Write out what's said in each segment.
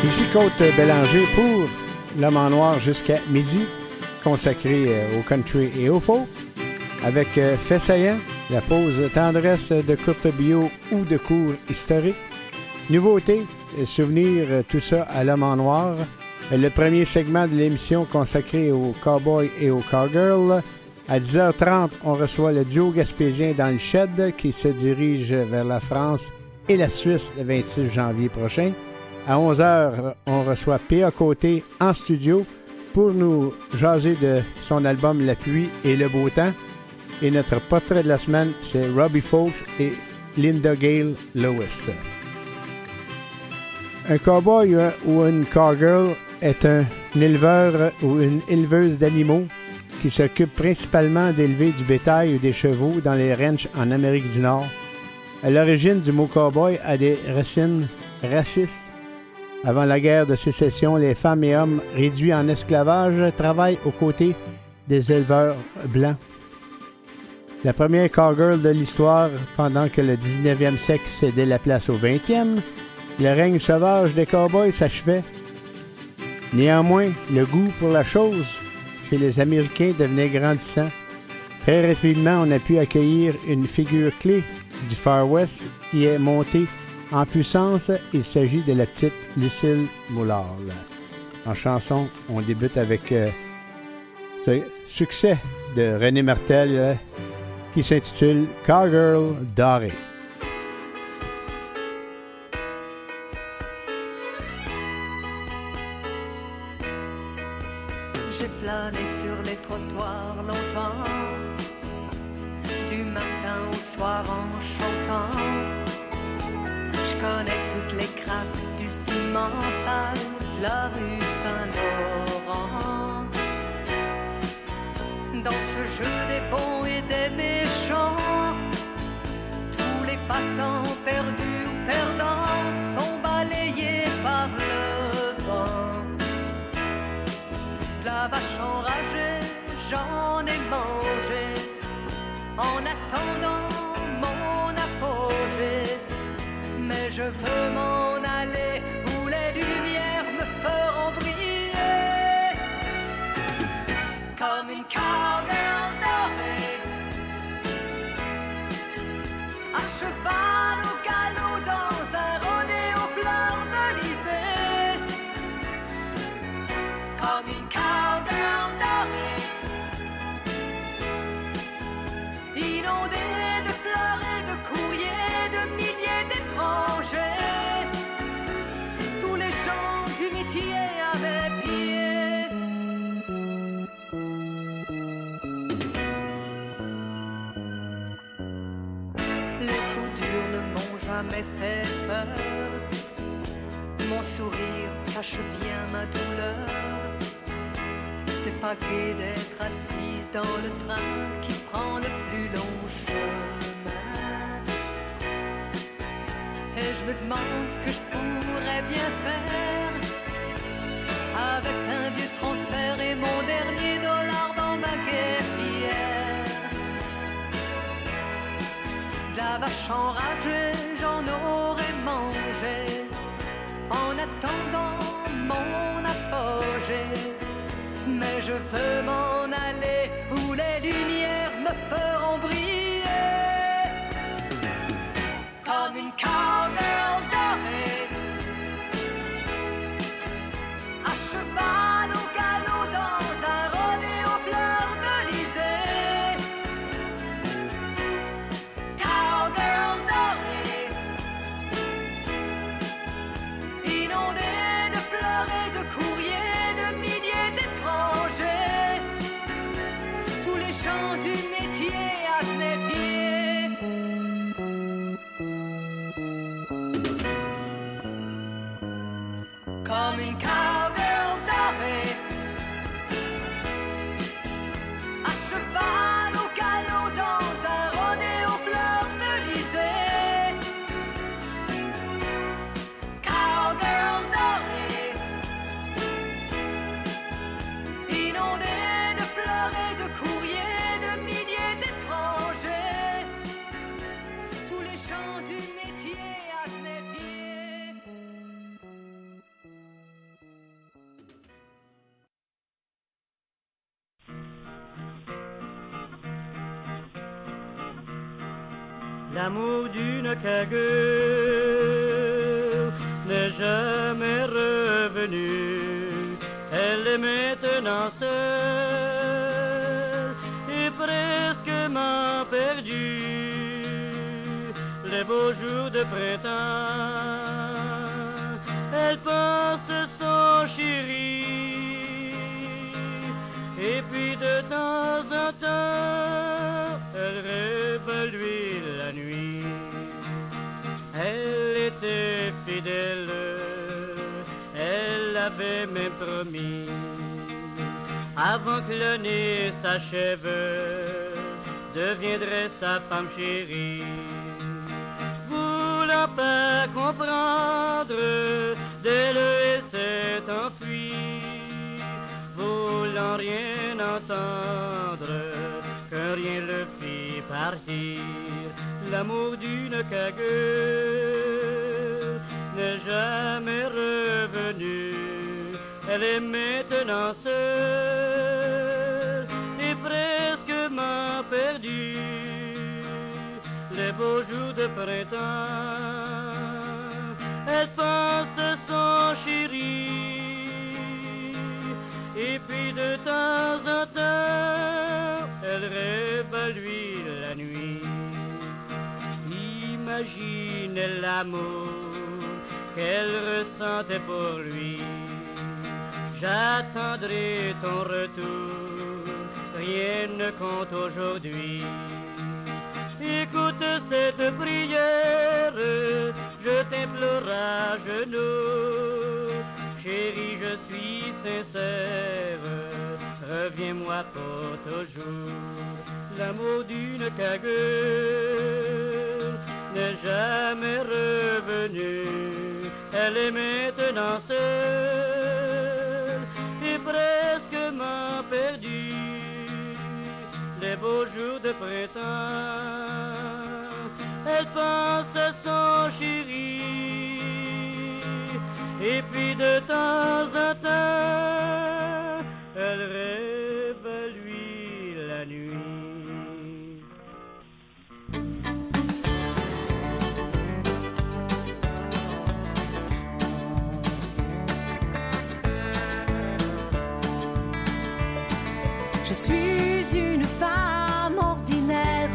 Ici Côte Bélanger pour L'Homme en Noir jusqu'à midi, consacré au country et au folk, avec Fait saillant, la pause tendresse de courte bio ou de cours historique, nouveautés, souvenirs, tout ça à L'Homme en Noir, le premier segment de l'émission consacré aux cowboys et aux cowgirls. À 10h30, on reçoit le duo gaspésien dans le shed qui se dirige vers la France et la Suisse le 26 janvier prochain. À 11h, on reçoit P.A. Côté en studio pour nous jaser de son album La pluie et le beau temps. Et notre portrait de la semaine, c'est Robbie Fawkes et Linda Gale Lewis. Un cowboy ou une cowgirl est un éleveur ou une éleveuse d'animaux qui s'occupe principalement d'élever du bétail ou des chevaux dans les ranchs en Amérique du Nord. À l'origine du mot cowboy a des racines racistes. Avant la guerre de sécession, les femmes et hommes réduits en esclavage travaillent aux côtés des éleveurs blancs. La première cowgirl de l'histoire, pendant que le 19e siècle cédait la place au 20e, le règne sauvage des cowboys s'achevait. Néanmoins, le goût pour la chose chez les Américains devenait grandissant. Très rapidement, on a pu accueillir une figure clé du Far West qui est montée en puissance. Il s'agit de la petite Lucille Moulard. En chanson, on débute avec ce succès de René Martel qui s'intitule Cowgirl Dorée. J'ai flâné sur les trottoirs longtemps, du matin au soir en chantant. Je connais toutes les craques du ciment sale de la rue Saint-Laurent. Dans ce jeu des bons et des méchants, tous les passants perdus ou perdants sont balayés par le vent. De la vache enragée, j'en ai mangé en attendant mon apogée. Mais je veux m'en aller où les lumières me feront briller comme une cowgirl dorée, à cheval au galop dans un rodéo fleur-belisée, comme une cowgirl dorée, inondée de fleurs et de courriers de milliers d'étrangers. Tous les gens du métier avaient pied. Les coups durs ne m'ont jamais fait peur. Mon sourire cache bien ma douleur. C'est pas gai d'être assise dans le train qui prend le plus long chemin. Et je me demande ce que je pourrais bien faire avec un vieux transfert et mon dernier dollar dans ma guêpière. De la vache enragée, j'en aurais mangé en attendant mon apogée. Mais je veux m'en aller où les lumières me feront briller comme une cowgirl dorée, à cheval au galop dans un rodéo fleur-belisée. Cowgirl dorée, inondée de fleurs et de courriers de milliers d'étrangers. Tous les gens du métier à mes pieds. Comme une cowgirl dorée, à cheval au galop dans un rodéo fleur-belisée. Cowgirl dorée, inondée de fleurs et de courriers de milliers d'étrangers. Tous les gens du métier à mes pieds. L'amour d'une cagole n'est jamais revenu. Elle est maintenant seule et presquement perdue. Les beaux jours de printemps, elle pense son chéri. Et puis de temps en temps, elle rêve à lui la nuit. Elle était fidèle, elle avait même promis, avant que l'année s'achève, deviendrait sa femme chérie. Voulant pas comprendre, d'elle s'est enfuie. Voulant rien entendre, que rien le fit partir. L'amour d'une cagole n'est jamais revenu. Elle est maintenant seule et presquement perdue. Les beaux jours de printemps, elle pense à son chéri. Et puis de temps en temps, elle rêve à lui la nuit. Imaginez l'amour qu'elle ressentait pour lui. J'attendrai ton retour, rien ne compte aujourd'hui. Écoute cette prière, je t'implore à genoux. Chérie, je suis sincère, reviens-moi pour toujours. L'amour d'une cagole n'est jamais revenu. Elle est maintenant seule et presquement perdue. Les beaux jours de printemps, elle pense à son chéri. Et puis de temps en temps, elle rêve à lui la nuit. Je suis une femme ordinaire.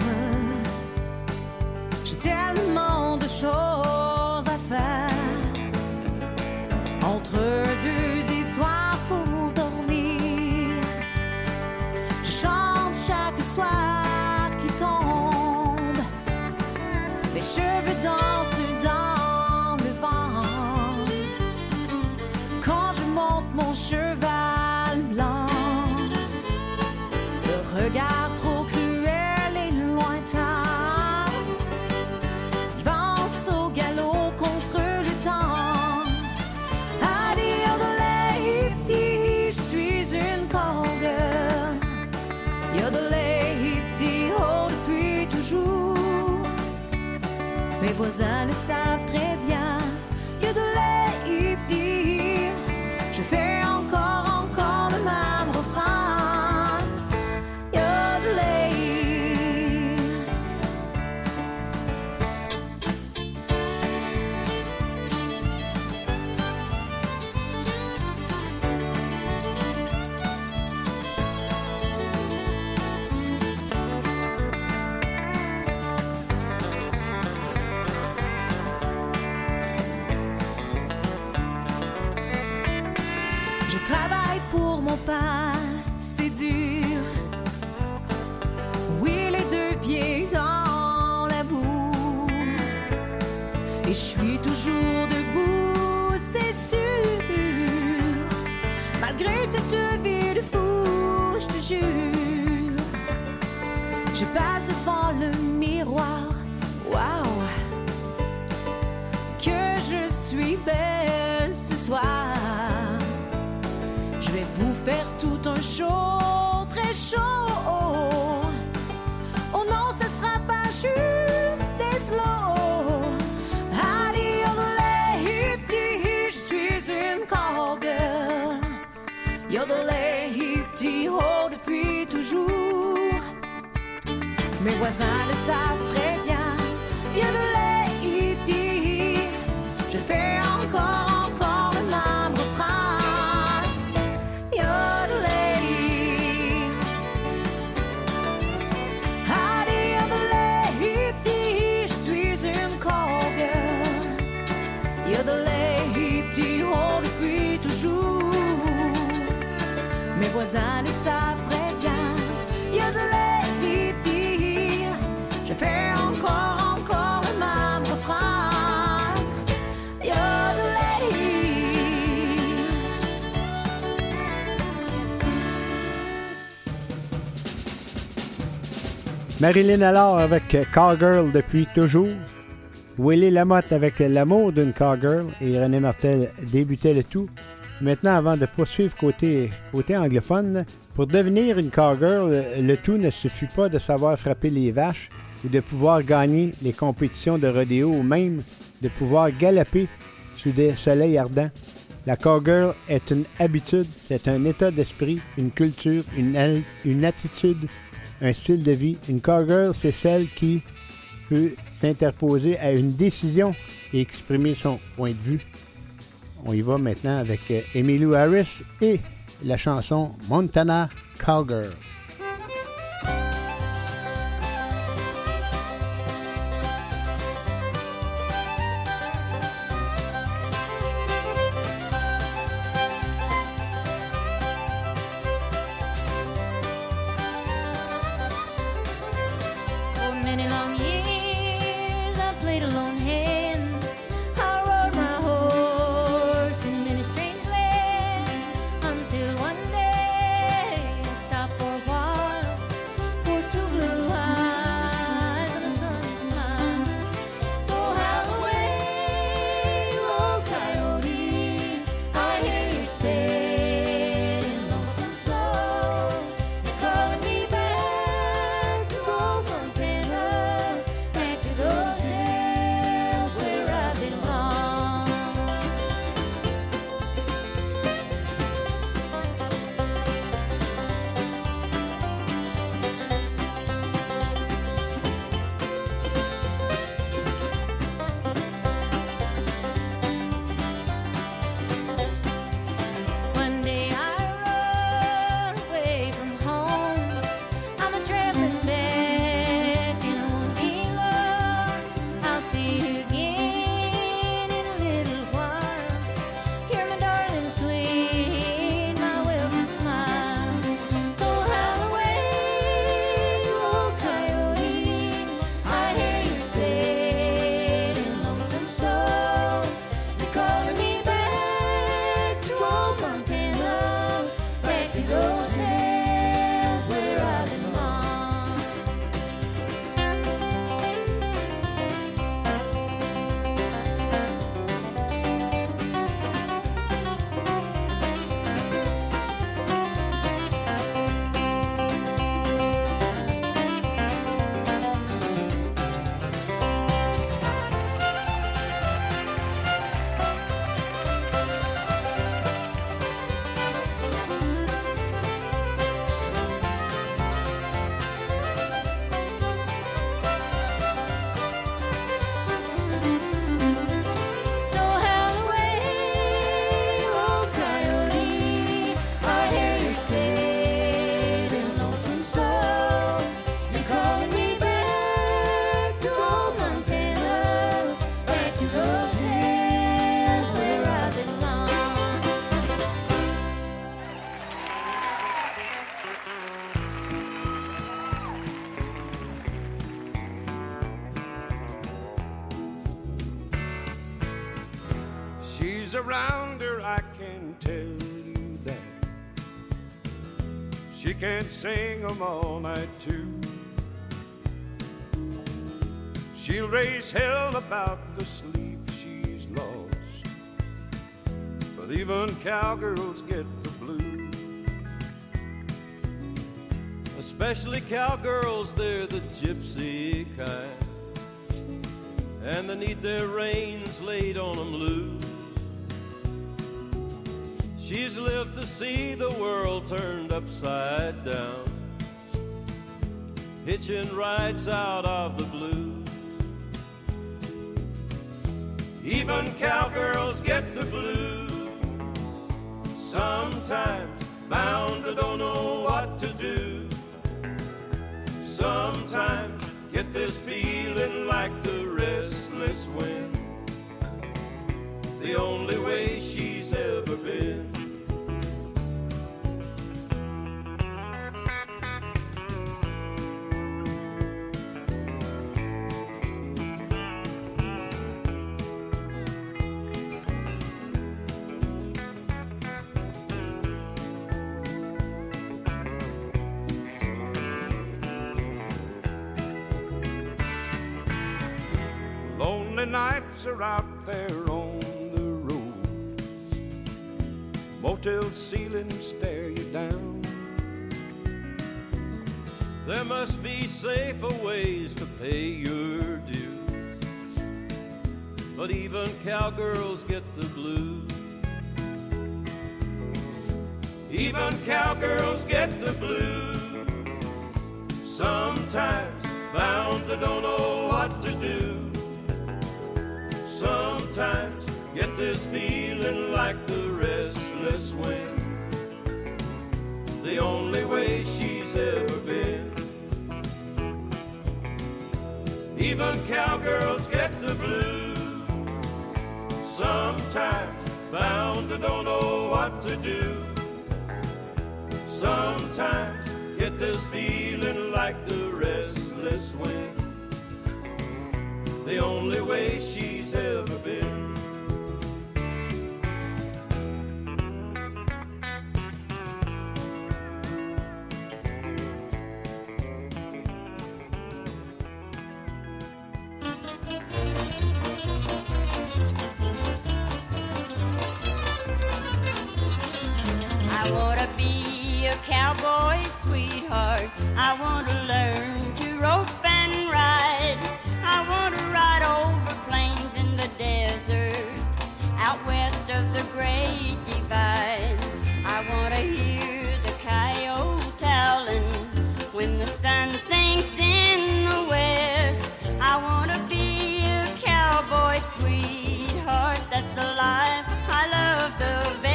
J'ai tellement de choses à faire. Entre deux histoires pour dormir, je chante chaque soir qui tombe. Mes cheveux dansent dans le vent. Quand je monte mon cheval blanc, le regard trop cruel et lointain, il avance au galop contre le temps. Mes voisins le savent très bien. Yodelay, hip-dee, je fais encore le même refrain. Yodelay. Travaille pour mon pain, c'est dur. Oui, les deux pieds dans la boue. Et je suis toujours debout, c'est sûr. Malgré cette vie de fou, je te jure. Je passe devant le miroir, waouh, que je suis belle ce soir. Je vais vous faire tout un show, très chaud. Oh non, ce sera pas juste des slow. Allez, yodelay, hip-dee, je suis une cowgirl. Yodelay, hip-dee, oh, depuis toujours. Mes voisins le savent très bien. voisins le savent très bien. Yodelay, je fais encore le même refrain. Yodelay. Marilyn Allard avec Cowgirl depuis toujours. Willie Lamotte avec L'amour d'une Cowgirl et René Martel débutait le tout. Maintenant, avant de poursuivre côté anglophone, pour devenir une Cowgirl, le tout ne suffit pas de savoir frapper les vaches ou de pouvoir gagner les compétitions de rodéo ou même de pouvoir galoper sous des soleils ardents. La Cowgirl est une habitude, c'est un état d'esprit, une culture, une attitude, un style de vie. Une Cowgirl, c'est celle qui peut s'interposer à une décision et exprimer son point de vue. On y va maintenant avec Emmylou Harris et la chanson Montana Cowgirl. She's around her, I can tell you that. She can't sing 'em all night too. She'll raise hell about the sleep she's lost, but even cowgirls get the blues. Especially cowgirls, they're the gypsy kind, and they need their reins laid on them loose. She's lived to see the world turned upside down, hitching rides out of the blues. Even cowgirls get the blues sometimes, bound to don't know what to do. Sometimes get this feeling like the restless wind, the only way she's ever been. lonely nights are out there on the road. Motel ceilings stare you down. There must be safer ways to pay your dues, but even cowgirls get the blues. Even cowgirls get the blues. Sometimes bound to don't know what to do. Sometimes get this feeling like the restless wind, the only way she's ever been. Even cowgirls get the blues. Sometimes bound to don't know what to do. Sometimes get this feeling like the restless wind, the only way she's ever been. I wanna be a cowboy sweetheart. I wanna learn to rope and ride. I wanna ride over plains in the desert, out west of the Great Divide. I wanna hear the coyotes howling when the sun sinks in the west. I wanna be a cowboy sweetheart that's alive. I love the best.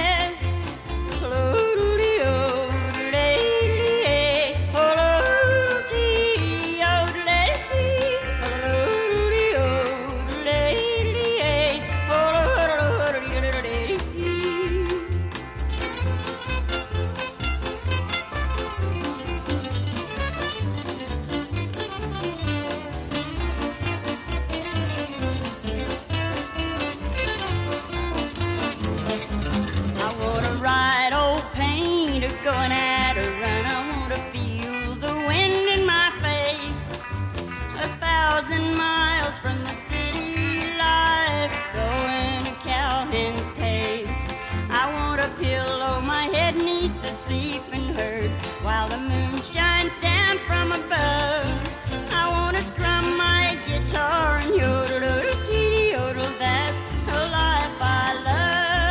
Going at a run, I wanna feel the wind in my face. 1,000 miles from the city life, going a cowhand's pace. I wanna pillow my head neath the sleeping herd while the moon shines down from above. I wanna strum my guitar and yodel, yodel, that's a life I love.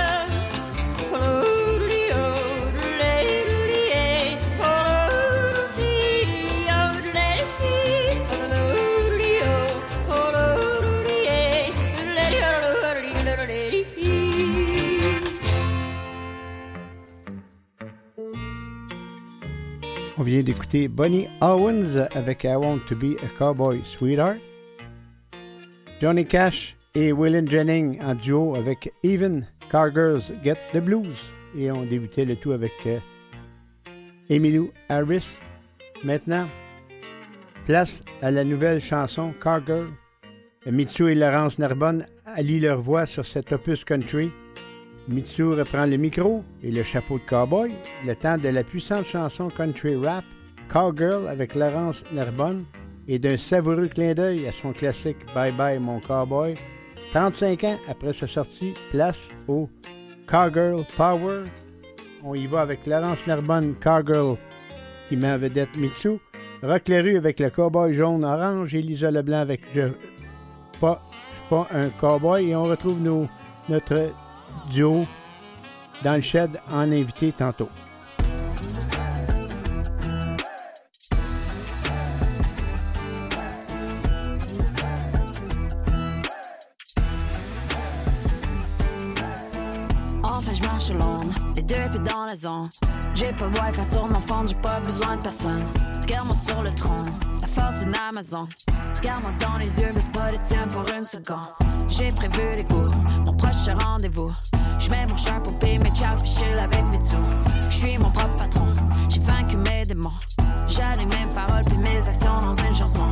On vient d'écouter Bonnie Owens avec I Want to Be a Cowboy Sweetheart. Johnny Cash et Waylon Jennings en duo avec Even Cowgirls Get the Blues. Et on débutait le tout avec Emmylou Harris. Maintenant, place à la nouvelle chanson Cowgirl. Mitsou et Laurence Narbonne allient leur voix sur cet opus country. Mitsou reprend le micro et le chapeau de cowboy, le temps de la puissante chanson country rap Cowgirl avec Laurence Narbonne et d'un savoureux clin d'œil à son classique Bye Bye Mon Cowboy. 35 ans après sa sortie, place au Cowgirl Power. On y va avec Laurence Narbonne, Cowgirl, qui met en vedette Mitsou. Rock Leroux avec le cowboy jaune-orange et Lisa Leblanc avec Je suis pas un cowboy. Et on retrouve notre duo dans le shed en invité tantôt. Enfin je marche Londres, les deux pieds dans la zone. J'ai pas le wifi sur mon phone, j'ai pas besoin de personne. Regarde-moi sur le trône, la force d'une Amazon. Regarde-moi dans les yeux, baisse pas les tiens pour une seconde. J'ai prévu les cours, mon prochain rendez-vous. J'mets mon chapeau pis mes chaps, chill avec mes sous. J'suis mon propre patron, j'ai vaincu mes démons. J'aligne mes paroles pis mes actions dans une chanson.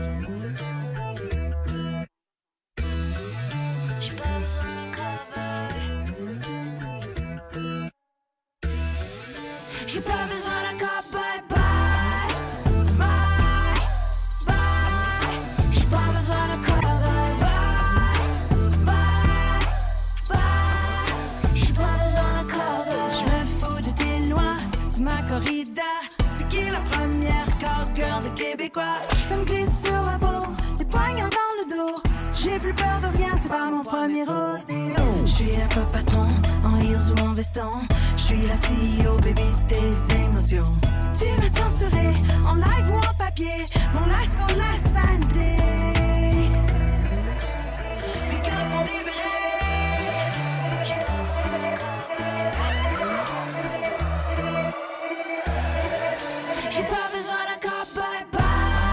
J'ai pas besoin d'un cowboy. J'ai pas besoin d'un cowboy. Bye, bye, bye. J'ai pas besoin d'un cowboy. Bye. quoi? Ça me glisse sur la peau, les poignards dans le dos. J'ai plus peur de rien, c'est pas mon premier rodéo. Je suis un peu patron, en heels ou en veston. Je suis la CEO, baby, tes émotions. Tu m'as censuré, en live ou en papier. Mon like sur la santé. Mes cœurs sont libérés. J'ai pas besoin d'un cop, bye bye.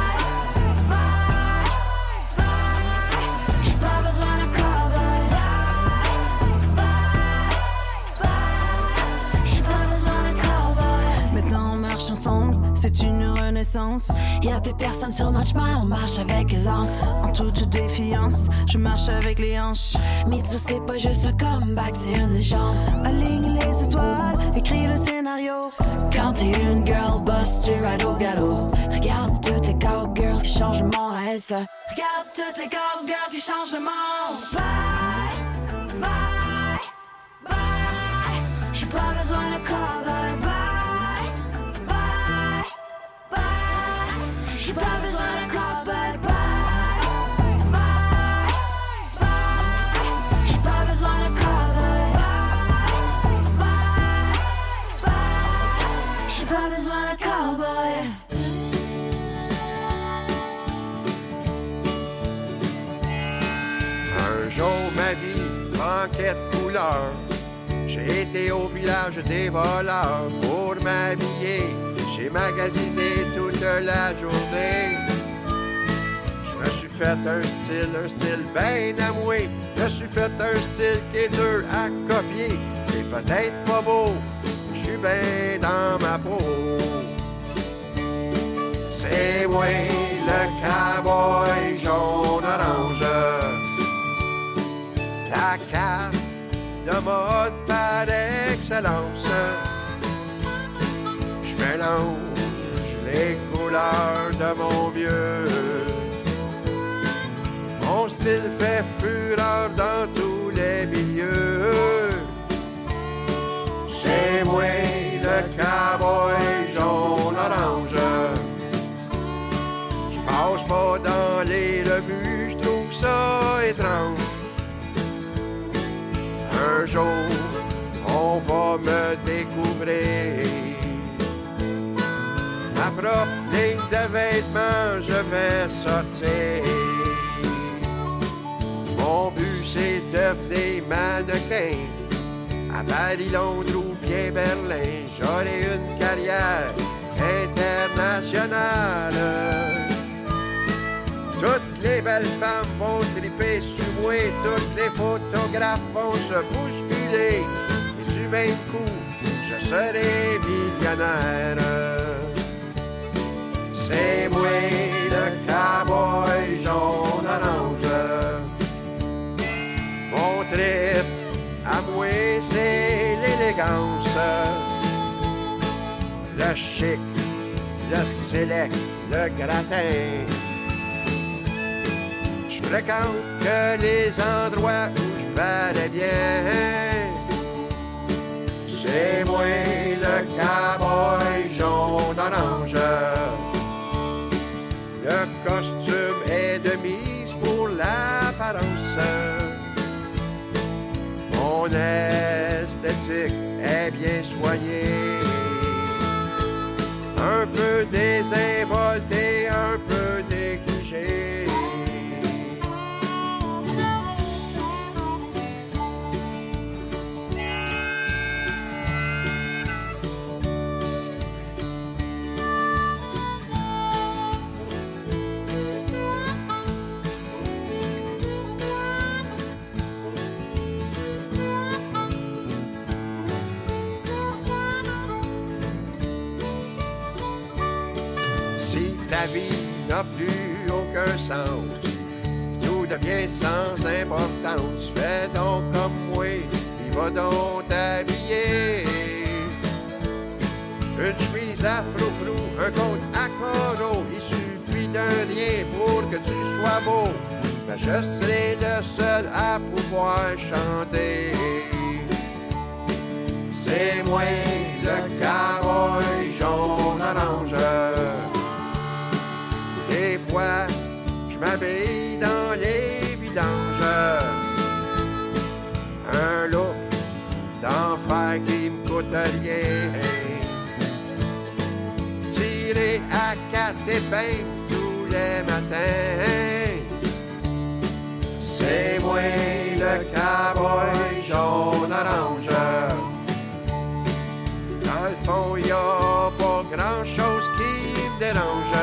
Ensemble, c'est une renaissance. Y'a plus personne sur notre chemin, on marche avec aisance. En toute défiance, je marche avec les hanches. Mitsu, c'est pas juste un comeback, c'est une légende. Aligne les étoiles, écris le scénario. Quand t'es une girl boss, tu rides au galop. Regarde toutes les cowgirls qui changent le monde à Elsa. Regarde toutes les cowgirls qui changent le monde. Bye, bye, bye. J'ai pas besoin de cowboy, bye. J'ai pas besoin d'un cop, bye bye, bye, bye. J'ai pas besoin d'un cop, bye, bye, bye. J'ai pas besoin d'un cowboy. Un jour ma vie manquait de couleur. J'ai été au village des voleurs pour m'habiller. J'ai magasiné toute la journée. Je me suis fait un style ben amoué. Je me suis fait un style qui est dur à copier. C'est peut-être pas beau, je suis ben dans ma peau. C'est moi le cowboy jaune-orange. La carte de mode par excellence. Je mélange les couleurs de mon vieux. Mon style fait fureur dans tous les milieux. C'est moi le cowboy jaune-orange. Je passe pas dans les revues, je trouve ça étrange. Un jour, on va me découvrir. Ma propre ligne de vêtements, je vais sortir. Mon but, c'est de devenir mannequin. À Paris, Londres ou bien Berlin, j'aurai une carrière internationale. Toutes les belles femmes vont triper sur moi, toutes les photographes vont se bousculer. Et du même coup, je serai millionnaire. C'est moi le cowboy jaune-orange. Mon trip à moi, c'est l'élégance. Le chic, le select, le gratin. Je fréquente que les endroits où je parais bien. C'est moi le cowboy jaune-orange. Le costume est de mise pour l'apparence. Mon esthétique est bien soignée. Un peu désinvolté, un peu négligé. La vie n'a plus aucun sens, tout devient sans importance. Fais donc comme moi, il va donc t'habiller. Une chemise à frou-frou, un compte à coraux. Il suffit d'un rien pour que tu sois beau. Ben, je serai le seul à pouvoir chanter. C'est moi le cowboy jaune-orange. orange. Un look d'enfer qui me coûte rien. Tirer à 4 épingles tous les matins. C'est moi le cowboy jaune-orange. Dans le fond, y'a pas grand-chose qui me dérange.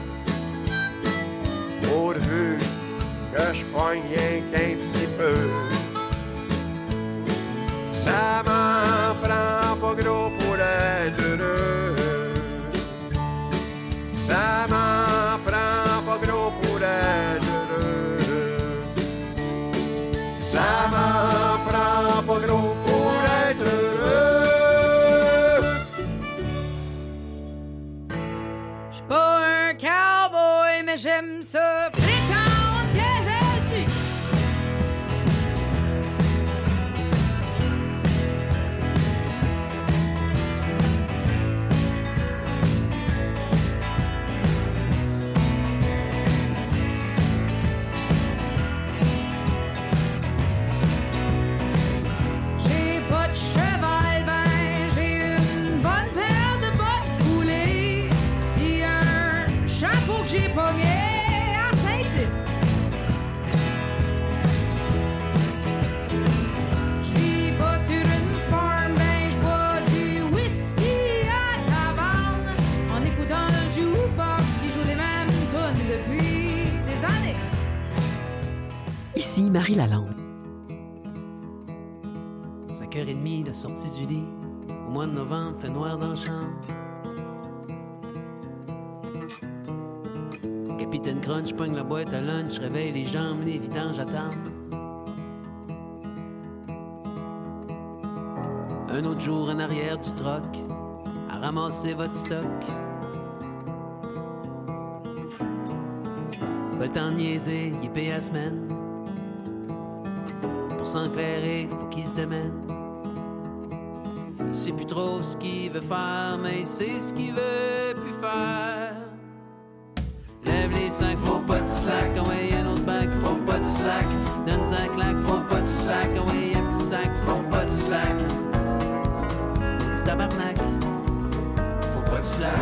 Pourvu que je poigne rien qu'un petit peu. Ça m'en prend pas gros pour être heureux. Ça m'en prend pas gros pour être heureux. Ça m'en prend pas gros pour être heureux. J'suis pas un cowboy, mais j'aime ça prétendre que je suis. J'ai pas de cheval, ben j'ai une bonne paire de bottes coulées, pis un chapeau que j'ai pogné à Saint-Tite. J'vis pas sur une farm, ben j'bois du whisky à taverne en écoutant le jukebox qui joue les mêmes tunes depuis des années. Ici Marie Lalande. 5h30, la sortie du lit. Au mois de novembre, fait noir dans la chambre. Capitaine Crunch pogne la boîte à lunch, réveille les jambes, les vidanges attendent. Un autre jour en arrière du troc, à ramasser votre stock. Pas le temps de niaiser, il est payé à semaine. Pour s'enclairer, faut qu'il se démène. Il sait plus trop ce qu'il veut faire, mais il sait ce qu'il veut plus faire. Lève les sacs, faut pas de slack. Envoie un autre bac, faut pas de slack. Donne-en un claque, faut pas de slack. Envoie un petit sac, faut pas de slack. Petit tabarnak, faut pas de slack.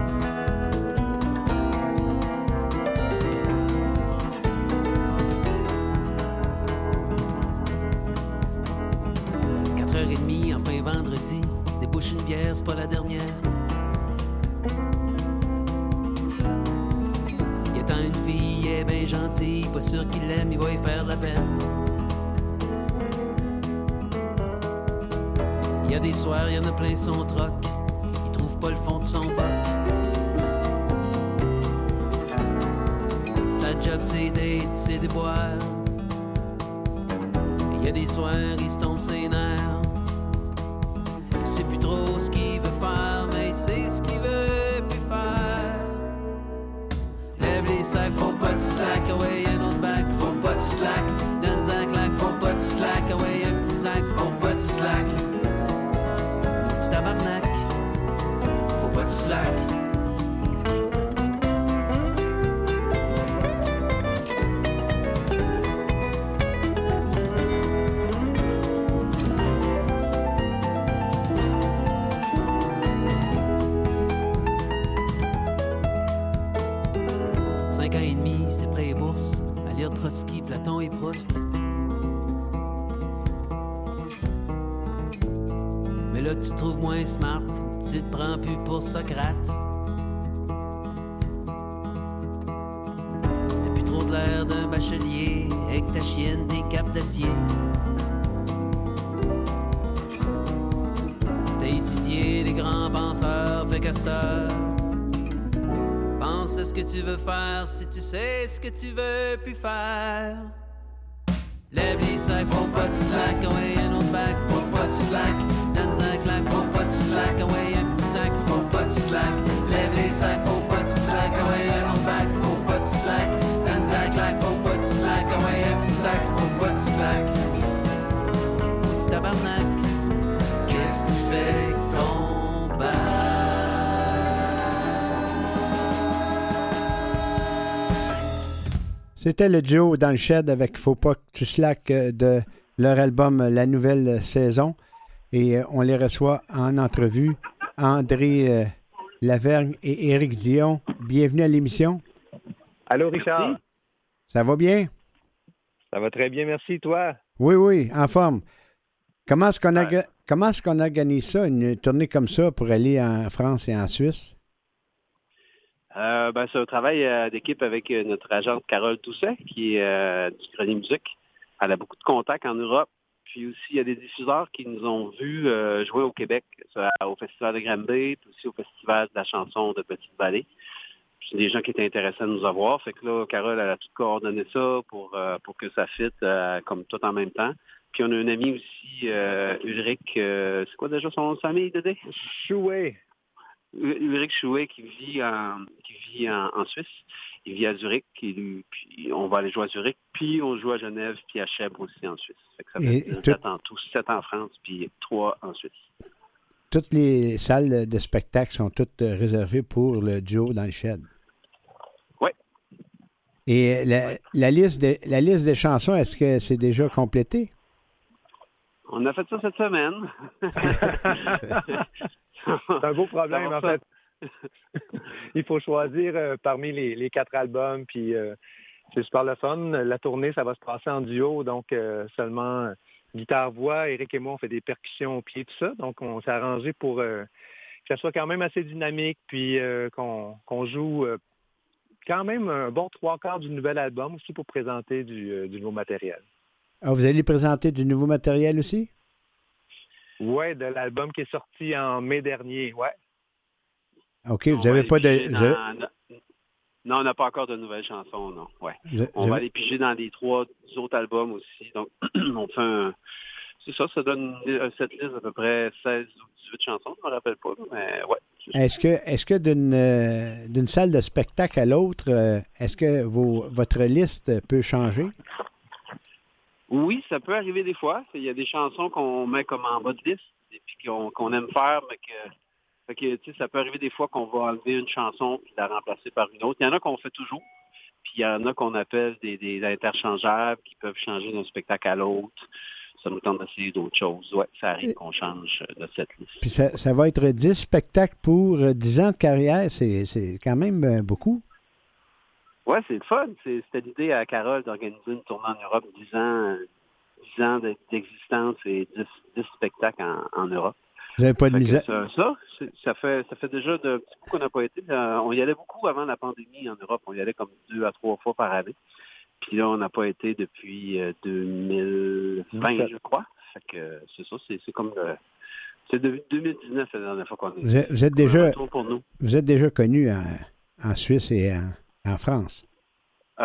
Enfin vendredi, débouche une bière, c'est pas la dernière. Il attend une fille, elle est bien gentille, pas sûr qu'il l'aime, il va y faire de la peine. Il y a des soirs, il y en a plein son troc, il trouve pas le fond de son boc. Sa job c'est d'être, c'est de boire. Il y a des soirs, il se tombe ses nerfs. Il sait plus trop ce qu'il veut faire, mais il sait ce qu'il veut plus faire. Lève les sacs, faut pas de slack. Ah ouais, un autre bac, faut pas de slack. Donne-en un claque, faut pas de slack. Ah ouais, un petit sac, faut pas de slack. Petit tabarnak, faut pas de slack. Trotsky, Platon et Proust. Mais là tu te trouves moins smart, tu te prends plus pour Socrate. T'as plus trop de l'air d'un bachelier avec ta chienne des capes d'acier. T'as étudié des grands penseurs, fait qu'à cette heure, pense à ce que tu veux faire si tu sais ce que tu veux plus faire. Lève les sacs, faut pas de slack. Envoie un autre bac, faut pas de slack. Donne-en un claque, faut pas de slack. Envoie un petit sac, faut pas de slack. Lève les sacs, faut pas de slack. Envoie un autre bac, faut pas de slack. Donne-en un claque, faut pas de slack. Envoie un petit sac, faut pas de slack. Petit tabarnak, qu'est-ce que tu fais avec ton bac? C'était le duo dans le shed avec Faut pas que tu slack de leur album La Nouvelle Saison. Et on les reçoit en entrevue. André Lavergne et Éric Dion. Bienvenue à l'émission. Allô, Richard. Ça va bien? Ça va très bien, merci. Toi? Oui, en forme. Comment est-ce qu'on organise ça, une tournée comme ça, pour aller en France et en Suisse? C'est un travail d'équipe avec notre agente Carole Doucet, qui est du Grenier Musique. Elle a beaucoup de contacts en Europe. Puis aussi, il y a des diffuseurs qui nous ont vus jouer au Québec, au Festival de Granby, puis aussi au Festival de la chanson de Petite-Vallée. Puis des gens qui étaient intéressés à nous avoir. Fait que là, Carole, elle a tout coordonné ça pour que ça fitte comme tout en même temps. Puis on a un ami aussi, Ulrich, c'est quoi déjà son nom de famille, Dédé? Chouet. Ulrich Chouet qui vit en Suisse. Il vit à Zurich, puis on va aller jouer à Zurich, puis on joue à Genève, puis à Chèvre aussi en Suisse. Fait que ça fait 7 en tout, 7 en France, puis 3 en Suisse. Toutes les salles de spectacle sont toutes réservées pour le duo dans le shed. Oui. Et la liste des chansons, est-ce que c'est déjà complété? On a fait ça cette semaine. C'est un beau problème, en fait. Il faut choisir parmi les 4 albums, puis c'est super le fun. La tournée, ça va se passer en duo, donc seulement guitare-voix. Éric et moi, on fait des percussions au pied, tout ça. Donc, on s'est arrangé pour que ça soit quand même assez dynamique, puis qu'on joue quand même un bon 3/4 du nouvel album aussi pour présenter du nouveau matériel. Ah, vous allez présenter du nouveau matériel aussi? Oui, de l'album qui est sorti en mai dernier, ouais. OK, vous n'avez pas de... Non, on n'a pas encore de nouvelles chansons, non. Ouais. On va aller piger dans les 3 autres albums aussi. Donc, on fait c'est ça, ça donne un setlist d'à peu près 16 ou 18 chansons, je ne me rappelle pas, mais ouais. Est-ce que d'une salle de spectacle à l'autre, est-ce que votre liste peut changer? Oui, ça peut arriver des fois. Il y a des chansons qu'on met comme en bas de liste et puis qu'on aime faire, mais que ça peut arriver des fois qu'on va enlever une chanson et la remplacer par une autre. Il y en a qu'on fait toujours, puis il y en a qu'on appelle des interchangeables qui peuvent changer d'un spectacle à l'autre. Ça nous tente d'essayer d'autres choses. Ouais, ça arrive qu'on change de cette liste. Puis ça va être 10 spectacles pour 10 ans de carrière. C'est quand même beaucoup. Oui, c'est le fun. C'était l'idée à Carole d'organiser une tournée en Europe, 10 ans d'existence et 10 spectacles en Europe. Vous n'avez pas de misère? Ça fait déjà un petit coup qu'on n'a pas été. On y allait beaucoup avant la pandémie en Europe. On y allait comme 2 à 3 fois par année. Puis là, on n'a pas été depuis 2020, je crois. Fait que c'est ça, c'est comme c'est depuis 2019 la dernière fois qu'on est. Vous êtes déjà connu en Suisse et en France. On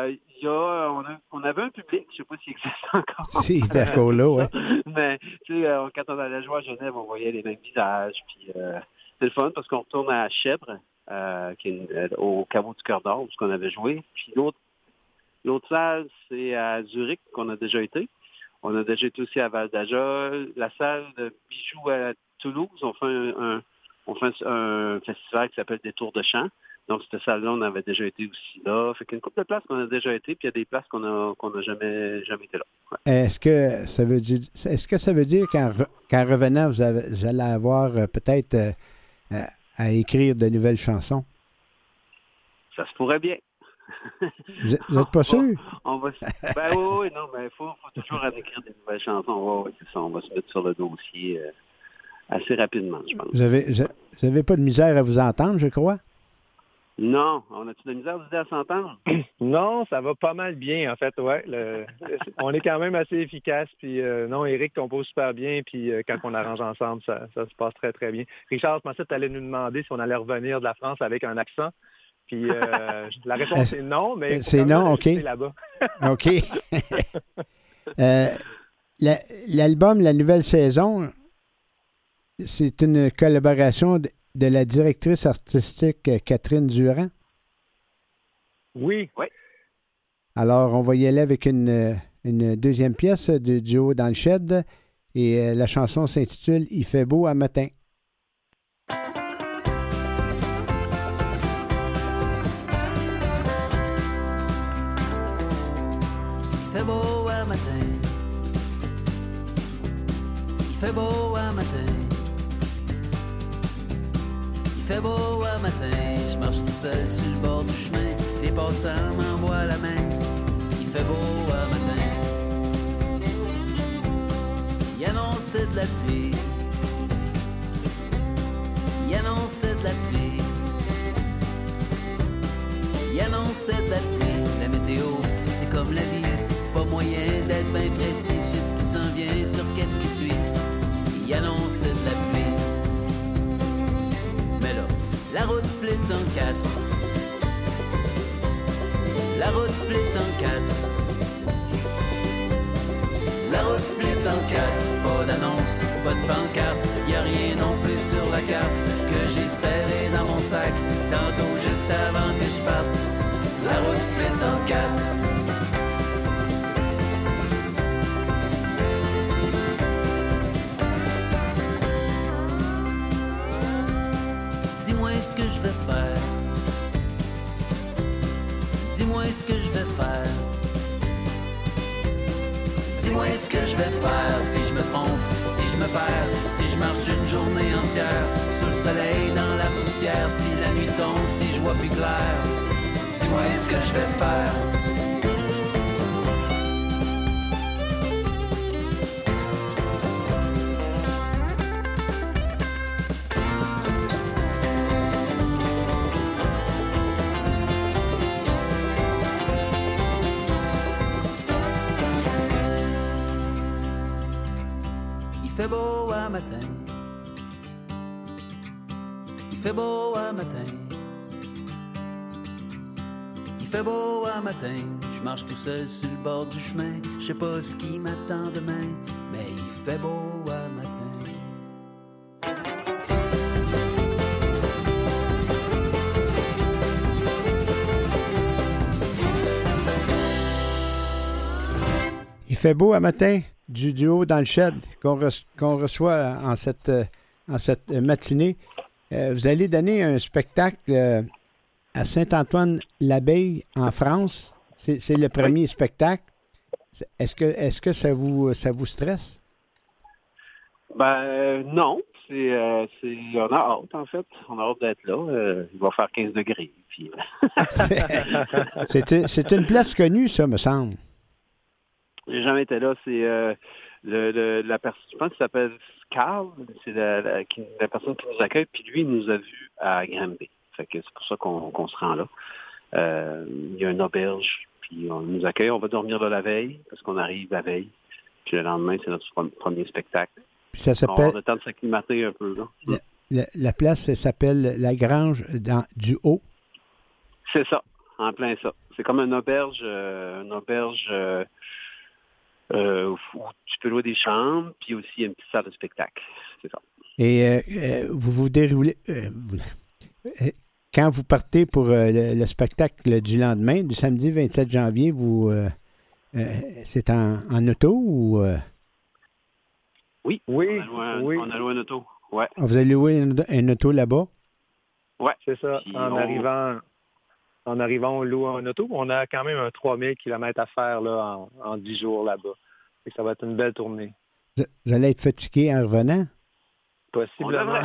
avait un public, je ne sais pas s'il existe encore. C'est d'accord là, oui. Mais tu sais, quand on allait jouer à Genève, on voyait les mêmes visages. Puis c'est le fun parce qu'on retourne à Chèvre, qui est au Caveau du Cœur d'Or, où on avait joué. Puis l'autre salle, c'est à Zurich qu'on a déjà été. On a déjà été aussi à Val d'Ajol. La salle de Bijoux à Toulouse, on fait un festival qui s'appelle Détour de Chant. Donc, cette salle-là, on avait déjà été aussi là. Fait qu'il y a une couple de places qu'on a déjà été, puis il y a des places qu'on n'a jamais été là. Ouais. Est-ce que ça veut dire qu'en revenant, vous allez avoir peut-être à écrire de nouvelles chansons? Ça se pourrait bien. Vous n'êtes pas sûr? Oui, non, mais il faut toujours en écrire des nouvelles chansons. Oui, c'est ça. On va se mettre sur le dossier assez rapidement, je pense. Vous n'avez pas de misère à vous entendre, je crois? Non. On a-tu de la misère à s'entendre? Non, ça va pas mal bien, en fait, ouais. On est quand même assez efficace, puis non, Éric compose super bien, puis quand on arrange ensemble, ça se passe très, très bien. Richard, je pensais que tu allais nous demander si on allait revenir de la France avec un accent, puis la réponse est non, mais... C'est non, OK. Là-bas. OK. L'album La Nouvelle Saison, c'est une collaboration de la directrice artistique Catherine Durand? Oui. Alors, on va y aller avec une deuxième pièce du duo dans le shed et la chanson s'intitule « Il fait beau à matin ». un matin. Il fait beau un matin. Il fait beau un matin. Je marche tout seul sur le bord du chemin. Les passants m'envoient la main. Il fait beau un matin. Il annonçait de la pluie. Il annonçait de la pluie. Il annonçait de la pluie. La météo, c'est comme la vie. Pas moyen d'être bien précis sur ce qui s'en vient, sur qu'est-ce qui suit. Il annonçait de la pluie. Mais là, la route split en 4. La route split en 4. La route split en 4. Pas d'annonce, pas de pancarte. Y'a rien non plus sur la carte que j'ai serré dans mon sac tantôt juste avant que je parte. La route split en 4. Dis-moi ce que je vais faire. Dis-moi ce que je vais faire. Dis-moi ce que je vais faire. Si je me trompe, si je me perds, si je marche une journée entière sous le soleil, dans la poussière, si la nuit tombe, si je vois plus clair. Dis-moi ce que je vais faire. Il fait beau un matin. Il fait beau un matin. Il fait beau un matin. Je marche tout seul sur le bord du chemin. Je sais pas ce qui m'attend demain, mais il fait beau un matin. Il fait beau un matin du duo dans le shed qu'on reçoit en cette matinée. Vous allez donner un spectacle à Saint-Antoine-l'Abeille en France. C'est le premier spectacle. Est-ce que ça vous stresse? Non. On a hâte, en fait. On a hâte d'être là. Il va faire 15 degrés. Puis... c'est une place connue, ça, me semble. J'ai jamais été là. C'est la personne, je pense qu'il s'appelle Carl. C'est la personne qui nous accueille. Puis lui, il nous a vus à Granby. Fait que c'est pour ça qu'on se rend là. Il y a une auberge. Puis on nous accueille. On va dormir là la veille parce qu'on arrive la veille. Puis le lendemain, c'est notre premier spectacle. Puis ça s'appelle... On va avoir le temps de s'acclimater un peu. Là. La place, elle s'appelle La Grange du Haut. C'est ça. En plein ça. C'est comme une auberge où tu peux louer des chambres, puis aussi une petite salle de spectacle. C'est ça. Et vous déroulez... quand vous partez pour le spectacle du lendemain, du samedi 27 janvier, c'est en auto ou... Oui. On a loué une auto. Ouais. Vous avez loué une auto là-bas? Oui. C'est ça. Puis en arrivant, on loue une auto. On a quand même un 3000 km à faire là, en 10 jours là-bas. Et ça va être une belle tournée. Vous allez être fatigué en revenant? Possiblement.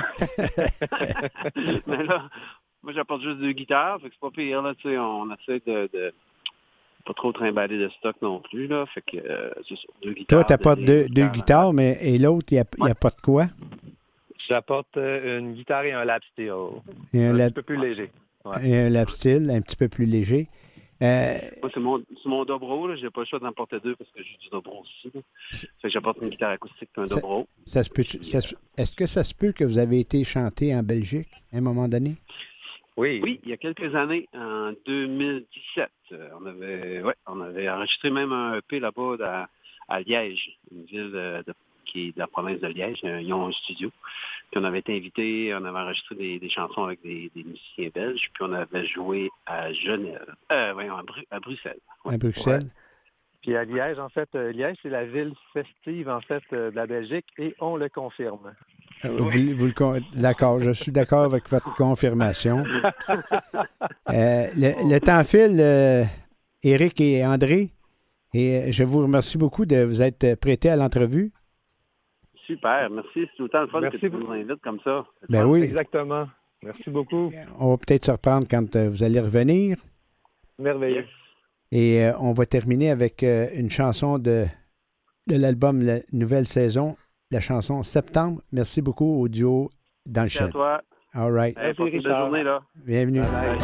Mais là, moi, j'apporte juste 2 guitares. Fait que c'est pas pire. Là, on essaie de pas trop trimballer de stock non plus. Là, fait que c'est ça, 2 guitares. Toi, tu apportes deux guitares, mais et l'autre, il n'y a pas de quoi? J'apporte une guitare et un lap steel. Et un petit peu plus léger. Ouais. Et un lap steel, un petit peu plus léger. Moi, c'est mon dobro. Je n'ai pas le choix d'en porter 2 parce que j'ai du dobro aussi. Fait que j'apporte une guitare acoustique et un dobro. Est-ce que ça se peut que vous avez été chanté en Belgique à un moment donné? Oui, il y a quelques années, en 2017, on avait enregistré même un EP là-bas à Liège, une ville qui est de la province de Liège. Ils ont un studio. Puis on avait été invités, on avait enregistré des chansons avec des musiciens belges, puis on avait joué à Genève. À Bruxelles. Ouais. À Bruxelles. Ouais. Puis à Liège, en fait, Liège, c'est la ville festive, en fait, de la Belgique, et on le confirme. D'accord, je suis d'accord avec votre confirmation. Le temps file, Éric et André. Et je vous remercie beaucoup de vous être prêté à l'entrevue. Super, merci. C'est tout le temps le fun que tu nous invites comme ça. Ben oui. Exactement. Merci beaucoup. On va peut-être se reprendre quand vous allez revenir. Merveilleux. Et on va terminer avec une chanson de l'album La Nouvelle Saison, la chanson Septembre. Merci beaucoup au duo dans le chat. Merci à toi. All right. Hey, bonne journée, là. Bienvenue. Bye bye.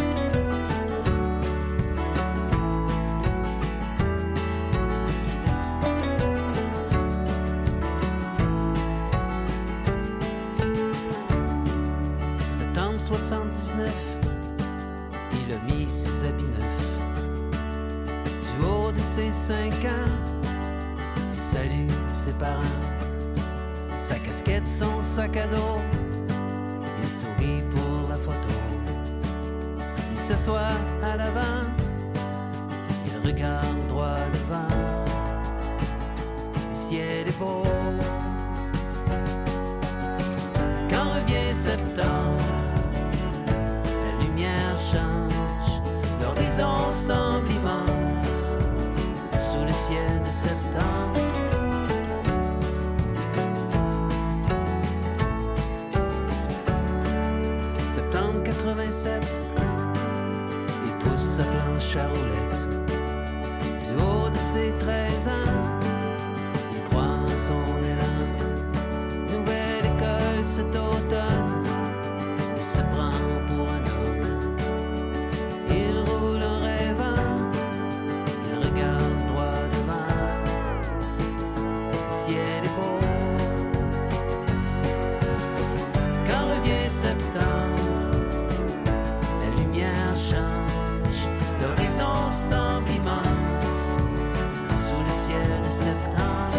Septembre 79, il a mis ses habits neufs. Du haut de ses 5 ans, il salue ses parents. Sa casquette, son sac à dos, il sourit pour la photo. Il s'assoit à l'avant, il regarde droit devant. Le ciel est beau. Quand revient septembre, la lumière change, l'horizon semble immense sous le ciel de septembre. Septembre 87, il pousse sa planche à roulettes. Du haut de ses 13 ans, il croit en son élan. Nouvelle école cet automne, il se prend pour un homme. Il roule en rêvant, il regarde droit devant. Le ciel est beau. Quand revient septembre, la lumière change, l'horizon semble immense sous le ciel de septembre.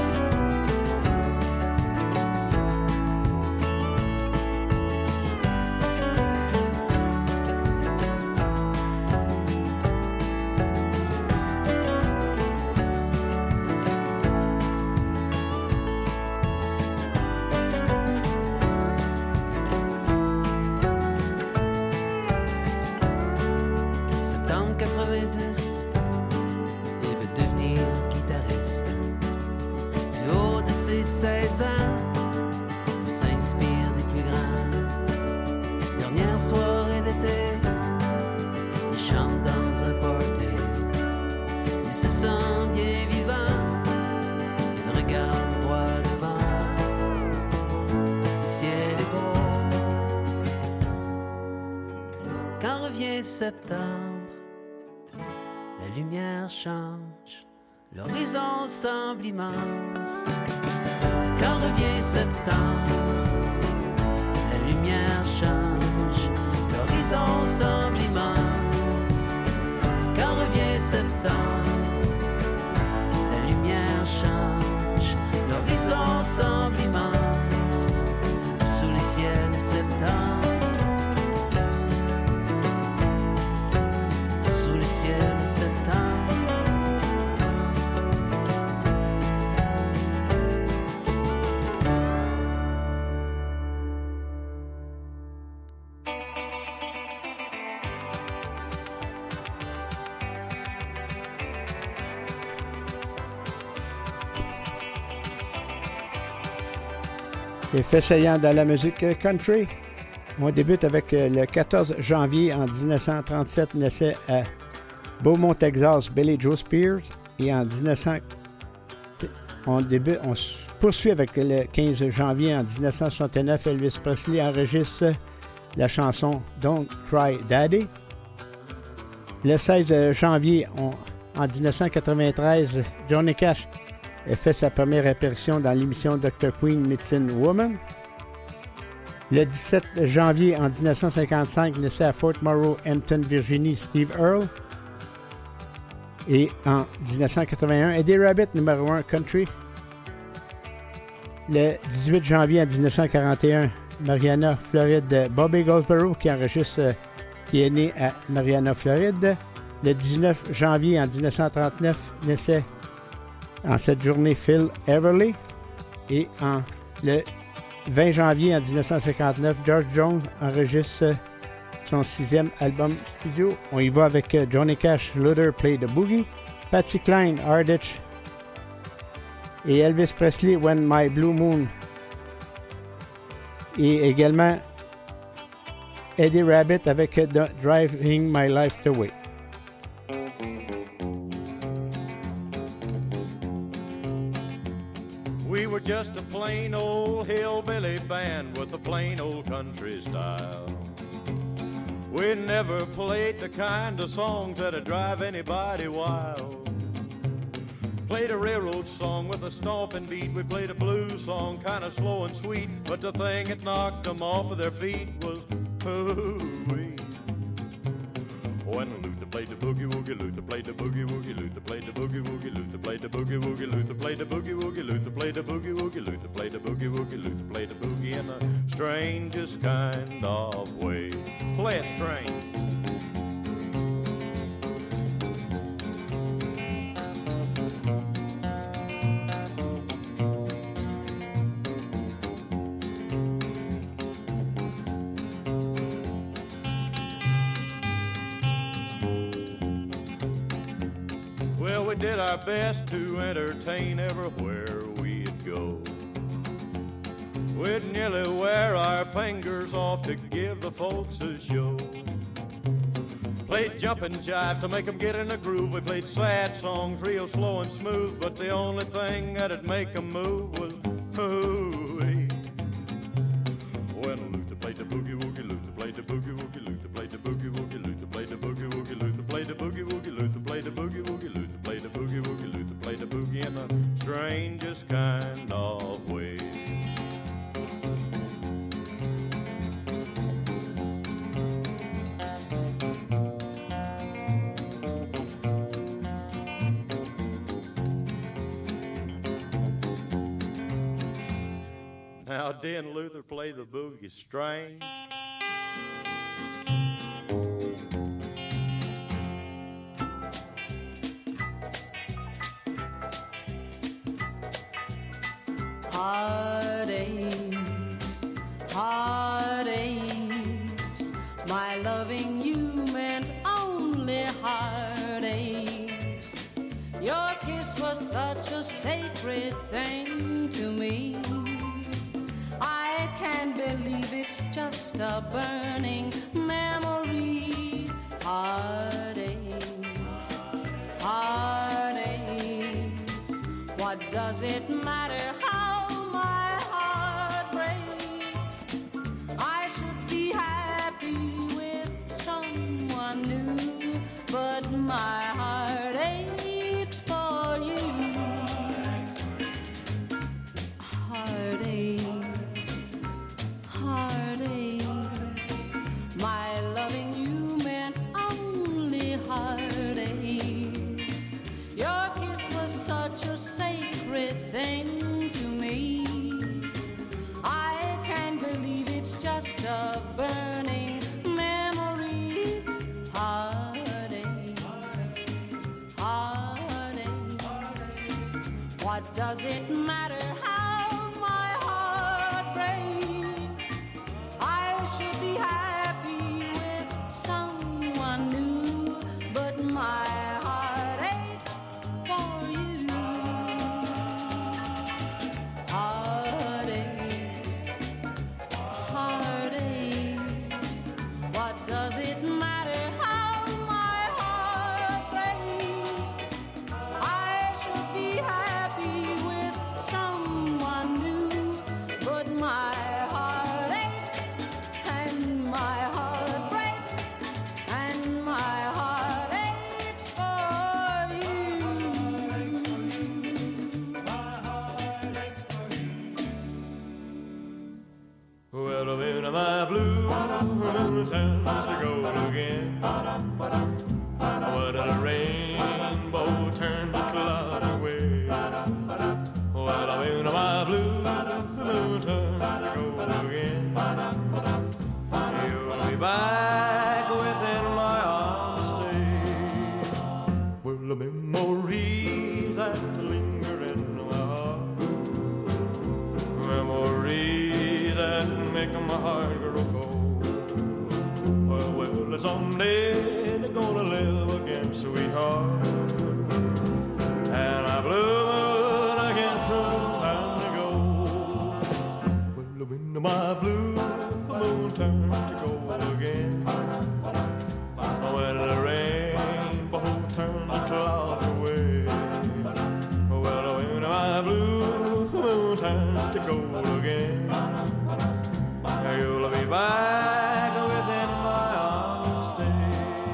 Septembre 90, il veut devenir guitariste. Du haut de ses 16 ans, il s'inspire des plus grands. Dernière soirée d'été, il chante dans un party. Il se sent bien vivant, il regarde droit devant. Le ciel est beau. Quand revient septembre, la lumière change, l'horizon semble immense. Quand revient septembre, la lumière change, l'horizon semble immense. Quand revient septembre, la lumière change, l'horizon semble immense sous le ciel de septembre. Sous le ciel de septembre. Les faits saillants dans la musique country. On débute avec le 14 janvier en 1937, naissait à Beaumont, Texas, Billy Joe Spears. Et en 1900, on poursuit avec le 15 janvier en 1969, Elvis Presley enregistre la chanson Don't Cry Daddy. Le 16 janvier en 1993, Johnny Cash a fait sa première apparition dans l'émission Dr. Queen Medicine Woman. Le 17 janvier en 1955, naissait à Fort Morrow, Hampton, Virginie, Steve Earle. Et en 1981, Eddie Rabbitt, numéro 1 country. Le 18 janvier en 1941, Mariana, Floride, Bobby Goldsboro, qui est né à Mariana, Floride. Le 19 janvier en 1939, naissait en cette journée Phil Everly. Et le 20 janvier en 1959, George Jones enregistre son 6e album studio. On y va avec Johnny Cash, Luther Play the Boogie, Patsy Cline, Arditch. Et Elvis Presley, When My Blue Moon. Et également Eddie Rabbit avec Driving My Life Away. We were just a plain old hillbilly band with a plain old country style. We never played the kind of songs that'd drive anybody wild. Played a railroad song with a stomping beat. We played a blues song, kind of slow and sweet. But the thing that knocked them off of their feet was hoo-wee. When Luther played the boogie woogie, Luther played the boogie woogie, Luther played the boogie woogie, Luther played the boogie woogie, Luther played the boogie woogie, Luther played the boogie woogie, Luther played the boogie woogie, Luther played the boogie in the strangest kind of way. Play it strange. Did our best to entertain everywhere we'd go. We'd nearly wear our fingers off to give the folks a show. Played jumping jive to make them get in the groove. We played sad songs real slow and smooth, but the only thing that'd make them move was hoo-wee. When Luther played the boogie woogie, Luther played the boogie woogie, Luther played the boogie woogie, Luther played the boogie woogie, Luther played the boogie woogie, Luther played the boogie woogie, Luther played the boogie woogie, Luther played the boogie in the strangest kind of way. Now didn't Luther play the boogie strange? Heartaches, heartaches, my loving you meant only heartaches. Your kiss was such a sacred thing to me. I can't believe it's just a burning memory. Heartaches, heartaches, what does it matter how my heart breaks? I should be happy with someone new, but my heart aches for you. Heartaches, heartaches, my loving you meant only heartaches. Your kiss was such a sacred thing to me. I can't believe it's just a burning memory. Heartache, heartache, what does it matter how my heart breaks? I should be happy with someone new, but my heart aches for you. Heartaches, heartaches, what does it matter how my heart breaks? I should be happy with someone new, but my heart aches and my heart breaks and my heart aches for you. Well, I'm in my blue turns to gold again. When the rainbow turns to cloud away. Well, I'm in my blue turns to gold again. You'll be back within my arms stay. Well, the memories that linger in my heart, memories that make my heart grow cold. Well, someday they're gonna live again, sweetheart. my blue moon turns to gold again. When the rainbow turns the clouds away. Well, when my blue moon turns to gold again, you'll be back within my arms stay.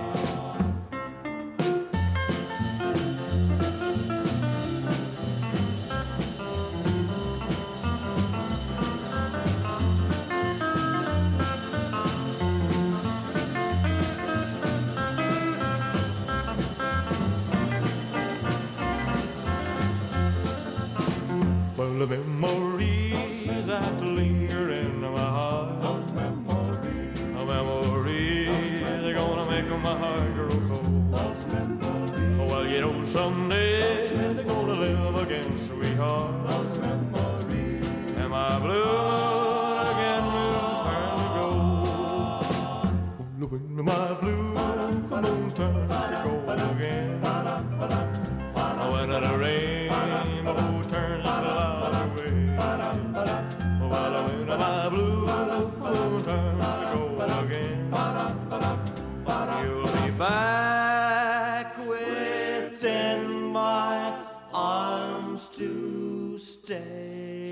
Well, the memories that linger in my heart, those memories are gonna make my heart grow cold. Those memories, well, you know someday they're gonna live again, sweetheart. Those memories, and my blue moon again will turn to gold. When my blue moon turns to gold again, when the rainbow turns the clouds away, well, when my blue moon turns to gold again, you'll be back within my arms to stay.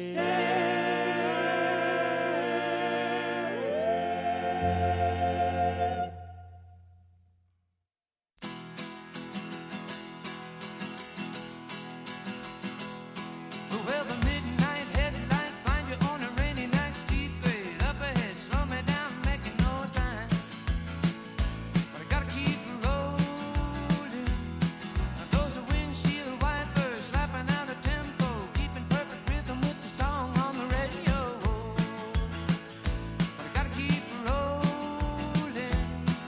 Well, the midnight headlight find you on a rainy night, steep grade up ahead, slow me down, making no time. But I gotta keep rolling. Those are windshield wipers slapping out a tempo, keeping perfect rhythm with the song on the radio. But I gotta keep rolling.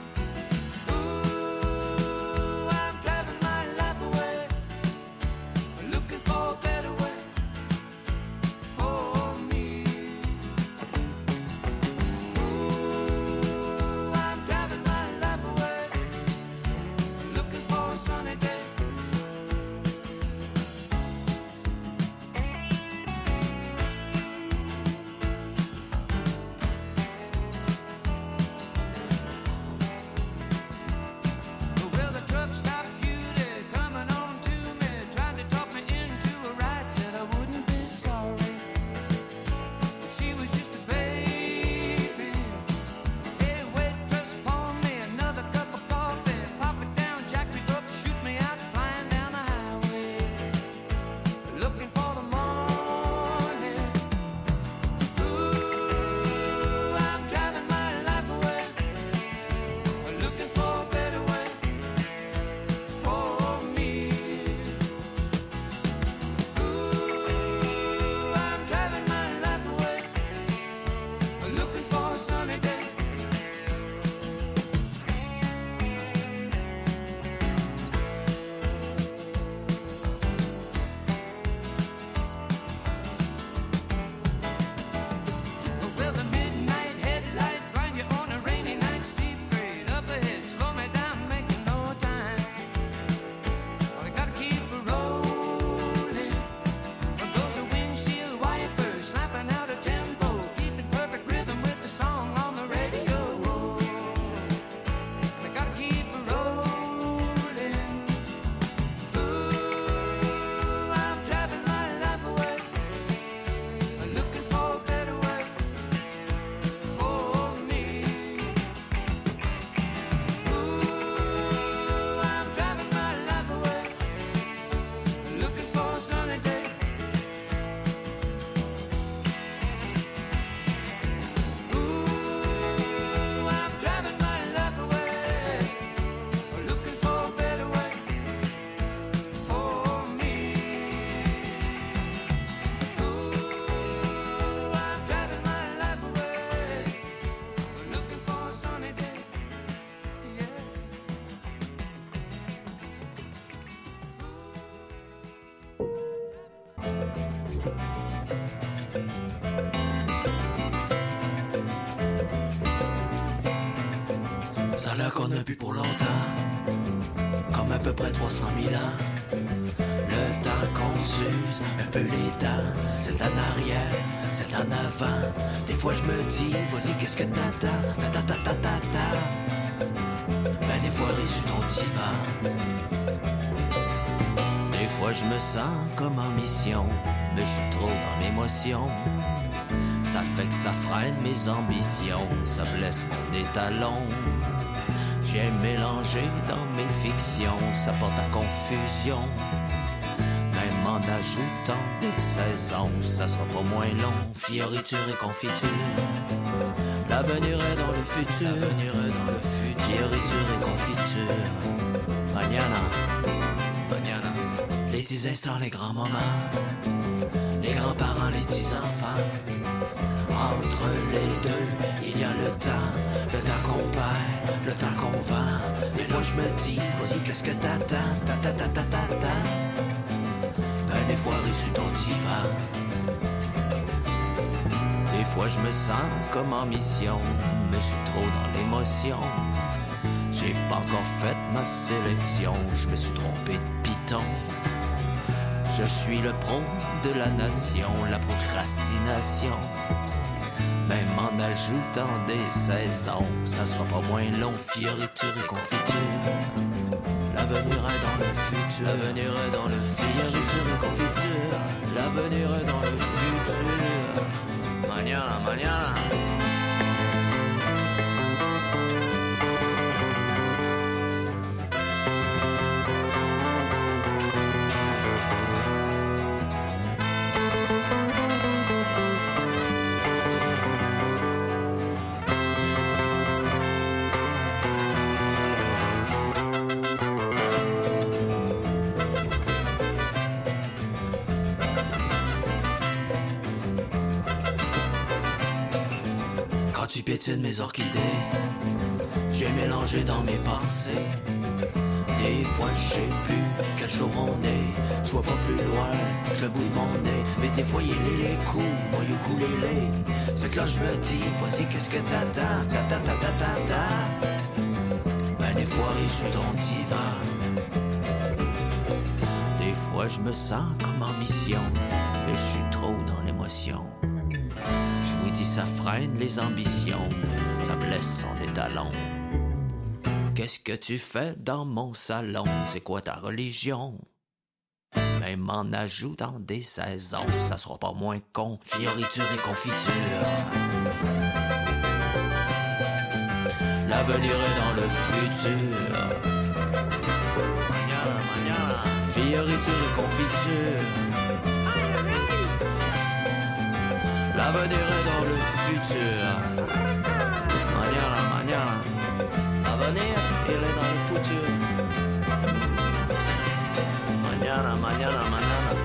Ooh, I'm driving my life away, looking for a better way. For me, ooh, I'm driving my life away, looking for a sunny day. Well, the truck stopped beauty coming on to me, trying to talk me into a ride, said I wouldn't be sorry. She was just a baby. Hey, waitress, pour me another cup of coffee. Pop it down, jack me up, shoot me out, flying down the highway, looking for the morning. Ooh, I'm driving my life away, looking for a better way for me. Ooh, I'm driving my life away, looking for a sunny day. Well, the midnight headlight find you on a rainy night, steep grade up ahead, slow me down, making no time. But I gotta keep rolling. Those are windshield wipers slapping out a tempo, keeping perfect rhythm with the song on the radio. I gotta keep rolling. Ooh, I'm driving my life away, looking for a better way for me. Ooh, I'm driving my life away, looking for a sunny day. Ooh, I'm driving my life away, looking for a better way for me. Ooh, I'm driving my life away, looking for a sunny day. Yeah. Ça là qu'on a bu pour longtemps, comme à peu près 300 000 ans. Le temps temps qu'on s'use un peu les dents. Celle en arrière, celle en avant. Des fois je me dis, vas-y, qu'est-ce que t'attends? Ben des fois résus ton divan. Des fois je me sens comme en mission, mais je suis trop dans l'émotion. Ça fait que ça freine mes ambitions, ça blesse mon étalon. Je viens mélanger dans mes fictions, ça porte à confusion. Même en ajoutant des saisons, ça sera pas moins long. Fioriture et confiture, l'avenir est dans le futur. Fioriture et confiture, mañana, mañana. Les petits instants, les grands moments, les grands-parents, les petits-enfants. Entre les deux, il y a le temps qu'on perd, le temps qu'on vend. Des fois je me dis, vas-y, qu'est-ce que t'attends? Ben des fois reçu ton divan. Des fois je me sens comme en mission, mais je suis trop dans l'émotion. J'ai pas encore fait ma sélection, je me suis trompé de piton. Je suis le pro de la nation, la procrastination. Même en ajoutant des saisons, ça sera pas moins long. Fioriture et confiture, l'avenir est dans le futur. L'avenir est dans le futur. Fioriture et confiture, l'avenir est dans le futur. Mañana, mañana. Tu piétines mes orchidées, j'ai mélangé dans mes pensées. Des fois je sais plus quel jour on est, je vois pas plus loin que le bout de mon nez. Mais des fois il est les coups, moi il coule les. C'est que là je me dis, vas-y qu'est-ce que t'attends? Ben des fois il sur ton divan. Des fois je me sens comme en mission, mais je suis trop dans l'émotion. Je vous dis ça freine les ambitions, ça blesse son étalon. Qu'est-ce que tu fais dans mon salon? C'est quoi ta religion? Même en ajoutant des saisons, ça sera pas moins con. Fioriture et confiture, l'avenir est dans le futur. Mañana, mañana. Fioriture et confiture, l'avenir est dans le futur. Mañana, mañana. L'avenir, il est dans le futur. Mañana, mañana, mañana.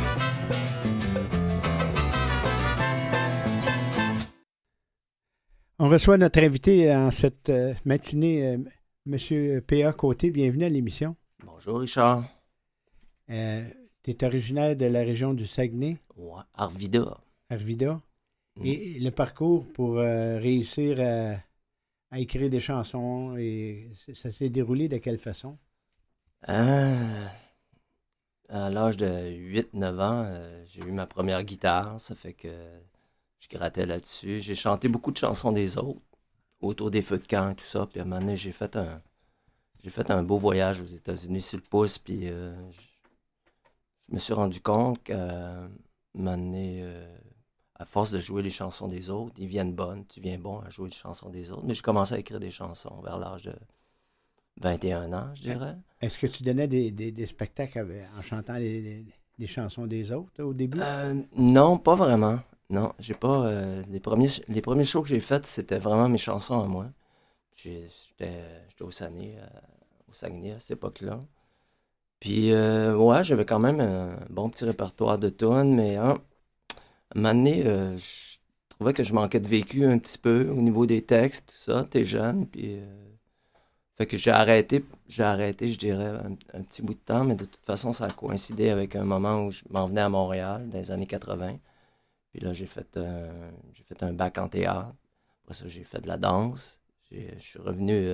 On reçoit notre invité en cette matinée, M. P.A. Côté. Bienvenue à l'émission. Bonjour, Richard. Tu es originaire de la région du Saguenay? Ouais, Arvida. Arvida. Et le parcours pour réussir à écrire des chansons, et ça s'est déroulé de quelle façon? À l'âge de 8-9 ans, j'ai eu ma première guitare. Ça fait que je grattais là-dessus. J'ai chanté beaucoup de chansons des autres, autour des feux de camp et tout ça. Puis à un moment donné, j'ai fait un beau voyage aux États-Unis sur le pouce. Puis je me suis rendu compte qu'à un moment donné, à force de jouer les chansons des autres, ils viennent bonnes, tu viens bon à jouer les chansons des autres. Mais j'ai commencé à écrire des chansons vers l'âge de 21 ans, je dirais. Est-ce que tu donnais des spectacles en chantant des chansons des autres au début? Non, pas vraiment. Non, j'ai pas... les premiers shows que j'ai faits, c'était vraiment mes chansons à moi. J'étais au Saguenay à cette époque-là. Puis, ouais, j'avais quand même un bon petit répertoire de tunes, mais... À un moment donné, je trouvais que je manquais de vécu un petit peu au niveau des textes, tout ça. T'es jeune, puis... fait que j'ai arrêté, je dirais, un petit bout de temps, mais de toute façon, ça a coïncidé avec un moment où je m'en venais à Montréal, dans les années 80. Puis là, j'ai fait un bac en théâtre. Après ça, j'ai fait de la danse. Je suis revenu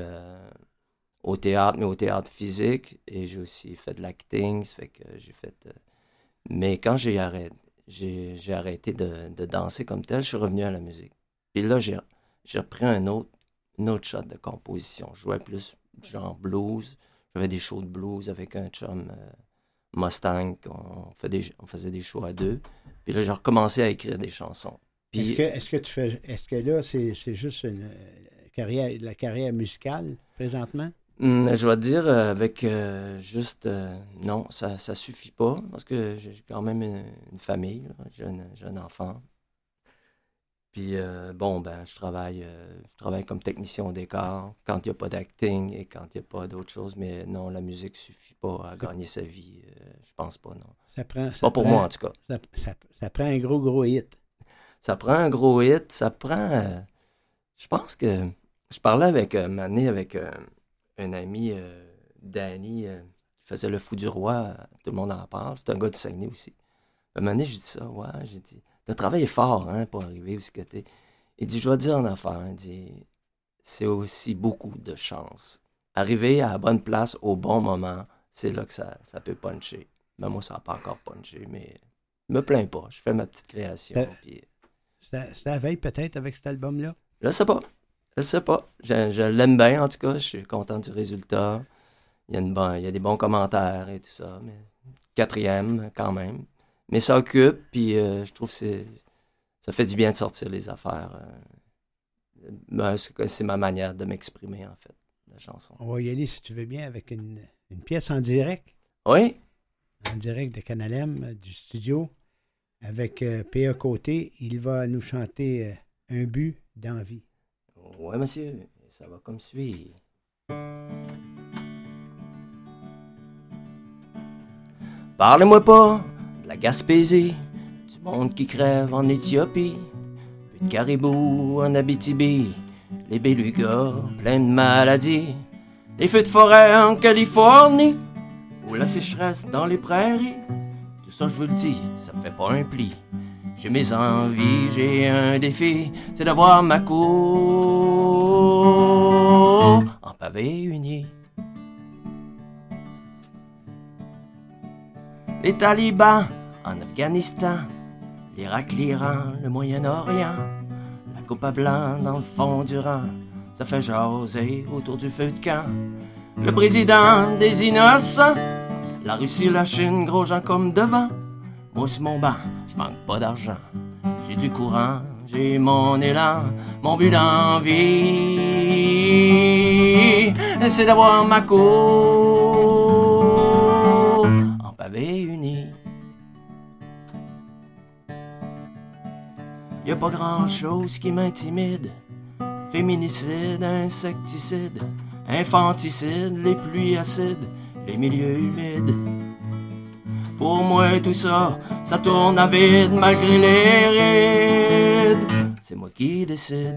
au théâtre, mais au théâtre physique. Et j'ai aussi fait de l'acting. Ça fait que j'ai fait Mais quand j'ai arrêté de danser comme tel, je suis revenu à la musique. Puis là, j'ai repris une autre shot de composition. Je jouais plus genre blues. J'avais des shows de blues avec un chum Mustang. On faisait des shows à deux. Puis là, j'ai recommencé à écrire des chansons. Puis, est-ce que là, c'est juste la carrière musicale présentement? Je vais te dire, avec juste... non, ça suffit pas, parce que j'ai quand même une famille, là. J'ai un enfant. Puis, je travaille comme technicien au décor, quand il n'y a pas d'acting et quand il n'y a pas d'autre chose, mais non, la musique suffit pas à gagner sa vie. Je pense pas, non. Pas pour moi, en tout cas. Ça prend un gros hit. Ça prend un gros hit, ça prend... je pense que... Je parlais avec un ami, Danny, qui faisait Le Fou du Roi. Tout le monde en parle. C'est un gars du Saguenay aussi. Un moment donné, j'ai dit ça. Ouais, j'ai dit, t'as travaillé fort, hein, pour arriver où ce que t'es. Il dit, je vais te dire en affaire. Il dit, c'est aussi beaucoup de chance. Arriver à la bonne place au bon moment, c'est là que ça peut puncher. Ben, moi, ça n'a pas encore punché, mais je me plains pas. Je fais ma petite création. C'était la veille peut-être avec cet album-là? Je sais pas. Je l'aime bien, en tout cas. Je suis content du résultat. Il y a des bons commentaires et tout ça. Mais 4e, quand même. Mais ça occupe, puis je trouve que ça fait du bien de sortir les affaires. C'est ma manière de m'exprimer, en fait, la chanson. On va y aller, si tu veux bien, avec une pièce en direct. Oui. En direct de Canal M, du studio, avec P.A. Côté. Il va nous chanter Un but d'envie. Oui, monsieur. Ça va comme suit. Parlez-moi pas de la Gaspésie, du monde qui crève en Éthiopie, plus de caribous en Abitibi, les belugas pleins de maladies, les feux de forêt en Californie, ou la sécheresse dans les prairies. Tout ça, je vous le dis, ça me fait pas un pli. J'ai mes envies, j'ai un défi, c'est d'avoir ma cour en pavé uni. Les talibans en Afghanistan, l'Irak, l'Iran, le Moyen-Orient, la coupe à blanc dans le fond du rang, ça fait jaser autour du feu de camp. Le président des innocents, la Russie, la Chine, gros gens comme devant. Moi sur mon banc, je manque pas d'argent. J'ai du courant, j'ai mon élan, mon but d'envie, c'est d'avoir ma cour en pavé uni. Y a pas grand chose qui m'intimide. Féminicide, insecticide, infanticide, les pluies acides, les milieux humides. Pour moi tout ça, ça tourne à vide malgré les rides. C'est moi qui décide.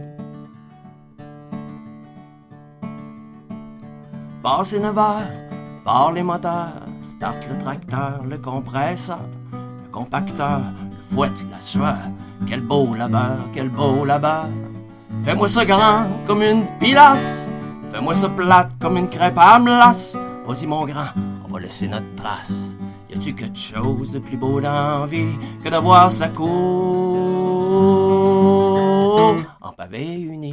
Passez 9 heures, part les moteurs, start le tracteur, le compresseur, le compacteur, le fouet, la sueur. Quel beau labeur, quel beau labeur. Fais-moi ça grand comme une pilasse, fais-moi ça plate comme une crêpe à melasse. Vas-y mon grand, on va laisser notre trace. Y a-tu quelque chose de plus beau dans la vie que d'avoir sa cour en pavé uni?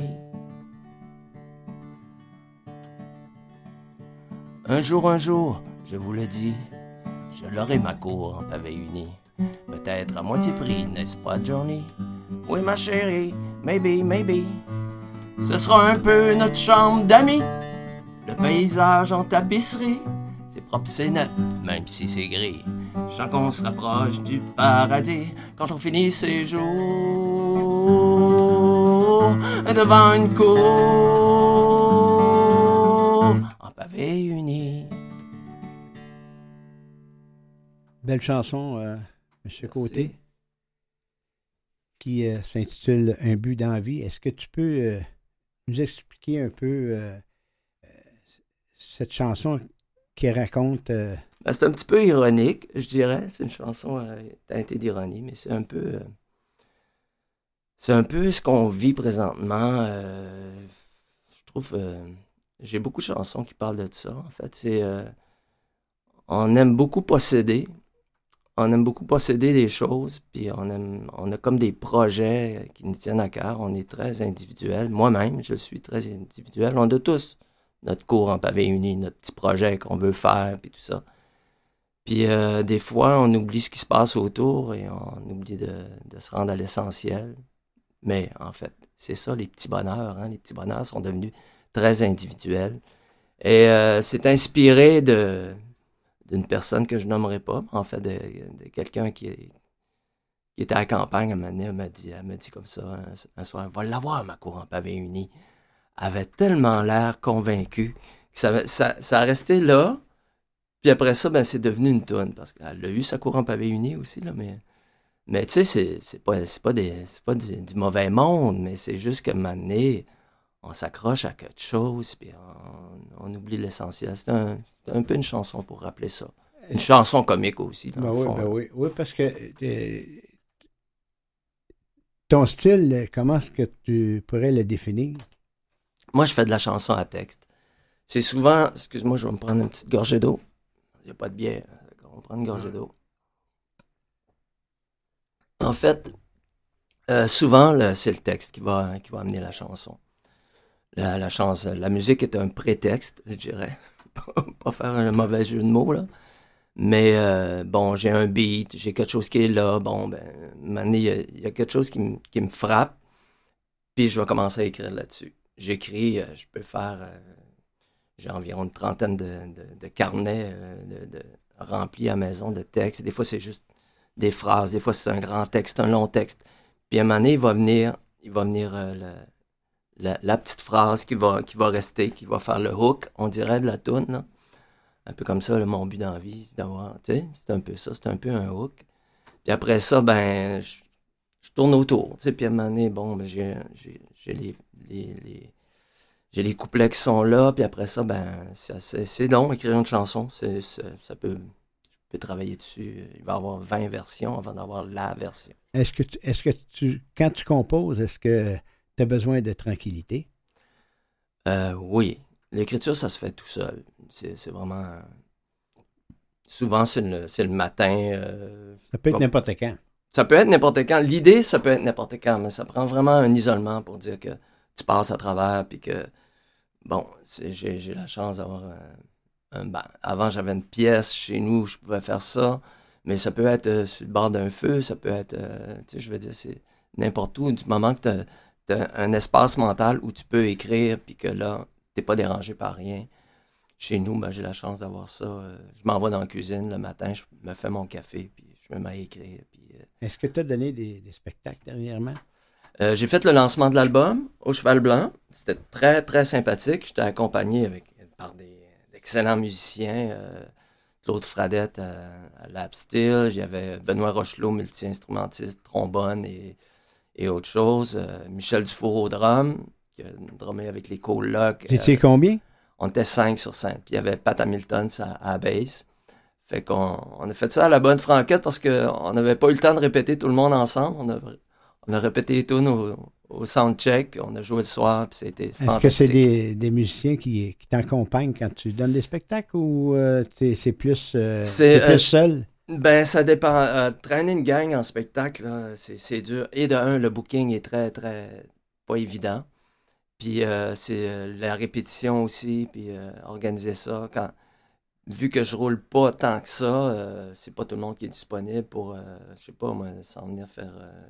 Un jour, je vous le dis, je l'aurai ma cour en pavé uni. Peut-être à moitié prix, n'est-ce pas, Johnny? Oui, ma chérie, maybe. Ce sera un peu notre chambre d'amis. Le paysage en tapisserie, c'est propre, c'est net, même si c'est gris. Je sens qu'on se rapproche du paradis quand on finit ses jours devant une cour en pavé uni. Belle chanson, Monsieur Côté, qui s'intitule Un but d'envie. Est-ce que tu peux nous expliquer un peu cette chanson qui raconte... C'est un petit peu ironique, je dirais. C'est une chanson teintée d'ironie, mais c'est un peu ce qu'on vit présentement. Je trouve... j'ai beaucoup de chansons qui parlent de ça, en fait. On aime beaucoup posséder. on aime beaucoup posséder des choses, puis on a comme des projets qui nous tiennent à cœur. On est très individuel. Moi-même, je suis très individuel. On a tous notre cours en pavé uni, notre petit projet qu'on veut faire, puis tout ça. Puis des fois, on oublie ce qui se passe autour et on oublie de se rendre à l'essentiel. Mais en fait, c'est ça, les petits bonheurs. Hein? Les petits bonheurs sont devenus très individuels. Et c'est inspiré d'une personne que je nommerai pas, en fait, de quelqu'un qui était à la campagne. À un moment donné, elle m'a dit comme ça, un soir, va l'avoir, ma cour en pavé uni. Elle avait tellement l'air convaincue que ça a resté là. Puis après ça, ben, c'est devenu une toune, parce qu'elle a eu sa cour en pavé uni aussi, là, mais tu sais, c'est pas du mauvais monde, mais c'est juste qu'à un moment donné, on s'accroche à quelque chose, puis on oublie l'essentiel. C'est un peu une chanson pour rappeler ça. Une chanson comique aussi, dans le fond. Oui, parce que ton style, comment est-ce que tu pourrais le définir? Moi, je fais de la chanson à texte. C'est souvent... Excuse-moi, je vais me prendre une petite gorgée d'eau. Il n'y a pas de bière. On va prendre une gorgée d'eau. En fait, souvent, c'est le texte qui va amener la chanson. La musique est un prétexte, je dirais. Pas faire un mauvais jeu de mots, là. Mais bon, j'ai un beat, j'ai quelque chose qui est là. Bon, ben, il y a quelque chose qui me frappe. Puis je vais commencer à écrire là-dessus. J'écris, je peux faire... j'ai environ une trentaine de carnets remplis à la maison de textes. Des fois, c'est juste des phrases. Des fois, c'est un grand texte, un long texte. Puis à un moment donné, il va venir la petite phrase qui va rester, qui va faire le hook, on dirait, de la toune, là. Un peu comme ça, là, mon but dans la vie, c'est d'avoir, tu sais, c'est un peu ça, c'est un peu un hook. Puis après ça, ben, je tourne autour, tu sais, puis à un moment donné, bon, ben, j'ai les couplets qui sont là, puis après ça, ben, c'est long, écrire une chanson, je peux travailler dessus. Il va y avoir 20 versions avant d'avoir la version. Est-ce que quand tu composes, est-ce que tu as besoin de tranquillité? Oui. L'écriture, ça se fait tout seul. C'est vraiment... Souvent, c'est le matin. Ça peut être n'importe quand. Ça peut être n'importe quand. L'idée, ça peut être n'importe quand, mais ça prend vraiment un isolement pour dire que tu passes à travers, puis que, bon, j'ai la chance d'avoir avant, j'avais une pièce chez nous où je pouvais faire ça, mais ça peut être sur le bord d'un feu, ça peut être, tu sais, je veux dire, c'est n'importe où, du moment que tu as un espace mental où tu peux écrire, puis que là, t'es pas dérangé par rien. Chez nous, ben, j'ai la chance d'avoir ça. Je m'en vais dans la cuisine le matin, je me fais mon café, puis je me mets à écrire. Est-ce que tu as donné des spectacles dernièrement? J'ai fait le lancement de l'album au Cheval Blanc. C'était très, très sympathique. J'étais accompagné par d'excellents musiciens. Claude Fradette à lap steel. Il y avait Benoît Rochelot, multi-instrumentiste, trombone et autre chose. Michel Dufour au drum, qui a drummé avec les colocs. C'était combien? On était 5 sur 5. Puis il y avait Pat Hamilton à la bass. Fait qu'on a fait ça à la bonne franquette parce qu'on n'avait pas eu le temps de répéter tout le monde ensemble. On a répété les tunes au soundcheck, puis on a joué le soir, puis c'était fantastique. Est-ce que c'est des musiciens qui t'accompagnent quand tu donnes des spectacles ou c'est plus seul? Ben, ça dépend. Traîner une gang en spectacle, là, c'est dur. Et de un, le booking est très, très pas évident. Puis c'est la répétition aussi, puis organiser ça. Vu que je roule pas tant que ça, c'est pas tout le monde qui est disponible pour, je sais pas, moi, s'en venir faire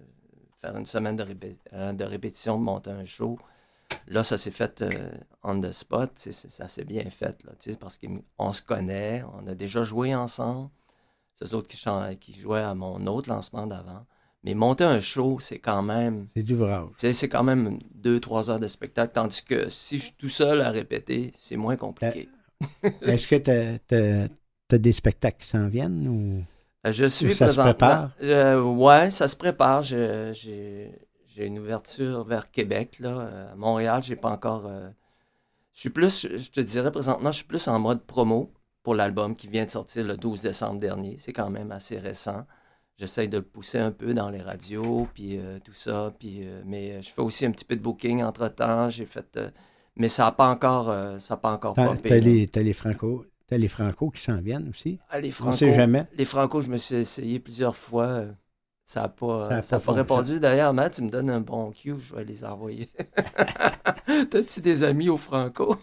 une semaine de répétition, de monter un show. Là, ça s'est fait on the spot. Ça s'est bien fait, là, parce qu'on se connaît, on a déjà joué ensemble. C'est eux autres qui jouaient à mon autre lancement d'avant. Mais monter un show, c'est quand même... C'est du vrai. C'est quand même 2-3 heures de spectacle, tandis que si je suis tout seul à répéter, c'est moins compliqué. Est-ce que tu as des spectacles qui s'en viennent ou... Je suis ça se prépare? Ouais, ça se prépare. J'ai une ouverture vers Québec, là. À Montréal, j'ai pas encore... je suis plus, je te dirais présentement, je suis plus en mode promo pour l'album qui vient de sortir le 12 décembre dernier. C'est quand même assez récent. J'essaye de le pousser un peu dans les radios, puis tout ça. Mais je fais aussi un petit peu de booking entre-temps. J'ai fait... mais ça n'a pas encore popé. T'as les Franco. T'as les Franco qui s'en viennent aussi. Ah, les On Franco, ne sait jamais. Les Franco, je me suis essayé plusieurs fois. Ça n'a pas, Ça a pas répondu. D'ailleurs, Matt, tu me donnes un bon cue, je vais les envoyer. T'as-tu des amis au Franco?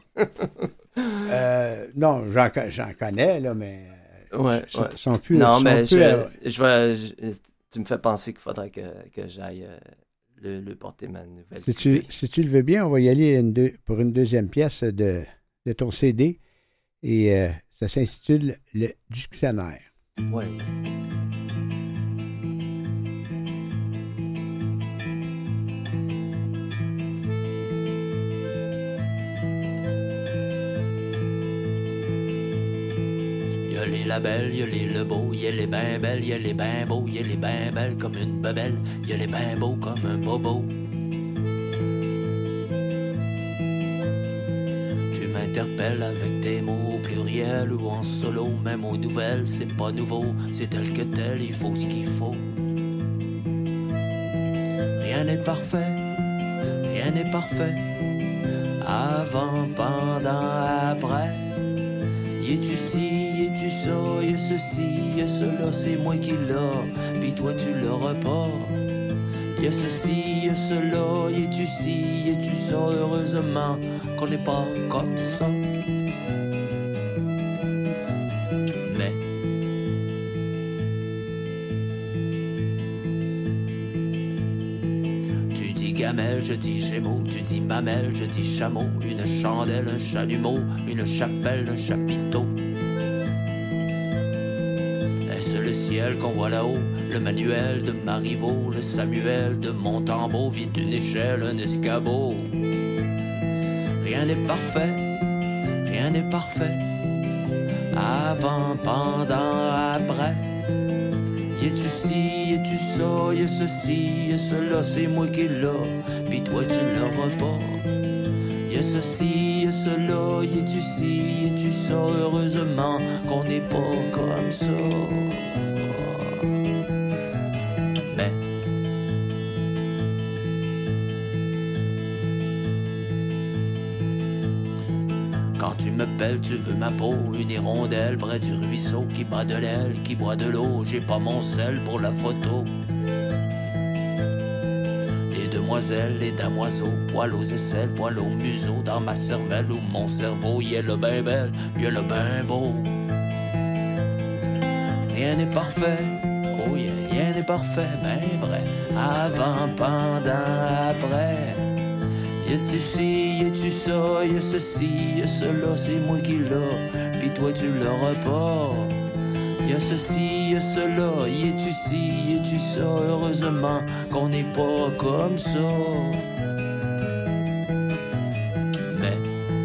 Non, j'en connais, là, mais Ouais, ils sont plus... Non, sont mais plus, tu me fais penser qu'il faudrait que j'aille le porter ma nouvelle. si tu le veux bien, on va y aller pour une deuxième pièce de ton CD. Et ça s'intitule Le Dictionnaire. Oui. Y'a les labels, y'a les le beau, y'a les ben belles, y'a les ben beaux, y'a les ben belles comme une bebelle, y'a les ben beaux comme un bobo. Tu m'interpelles avec tes mots au pluriel ou en solo, même aux nouvelles, c'est pas nouveau, c'est tel que tel, il faut ce qu'il faut. Rien n'est parfait, rien n'est parfait, avant, pendant, après. Y'a-tu ci, y'a-tu ça, y'a ceci, y'a cela, c'est moi qui l'a, pis toi tu l'auras pas. Y'a ceci, y'a cela, y'a-tu ci, y'a-tu ça, heureusement qu'on n'est pas comme ça. Mais tu dis gamelle, je dis gémeaux, tu dis mamelle, je dis chameau, une chandelle, un chalumeau, une chapelle, un chapiteau. Est-ce le ciel qu'on voit là-haut, le manuel de Marivaux, le Samuel de Montembeau, vite une échelle, un escabeau. Rien n'est parfait, rien n'est parfait, avant, pendant, après. Y'a-tu ci, y'a-tu ça, y'a ceci, y'a cela, c'est moi qui l'a, pis toi tu l'auras pas. Y'a ceci, y'a cela, y'a-tu ci, y'a-tu ça, heureusement qu'on n'est pas comme ça. Mais quand tu me pelles, tu veux ma peau, une hirondelle près du ruisseau qui bat de l'aile, qui boit de l'eau, j'ai pas mon sel pour la photo. Les demoiselles, les damoiseaux, poil aux aisselles, poil au museau, dans ma cervelle ou mon cerveau, y'a le ben belle, y'a le ben beau. Rien n'est parfait, oh yeah, rien n'est parfait, ben vrai, avant, pendant, après. Y'a-tu ci, y'a-tu ça, y'a ceci, y'a cela, c'est moi qui l'a, pis toi tu l'auras pas. Y'a ceci, y'a cela, y'a-tu ci, y'a-tu ça, heureusement qu'on n'est pas comme ça. Mais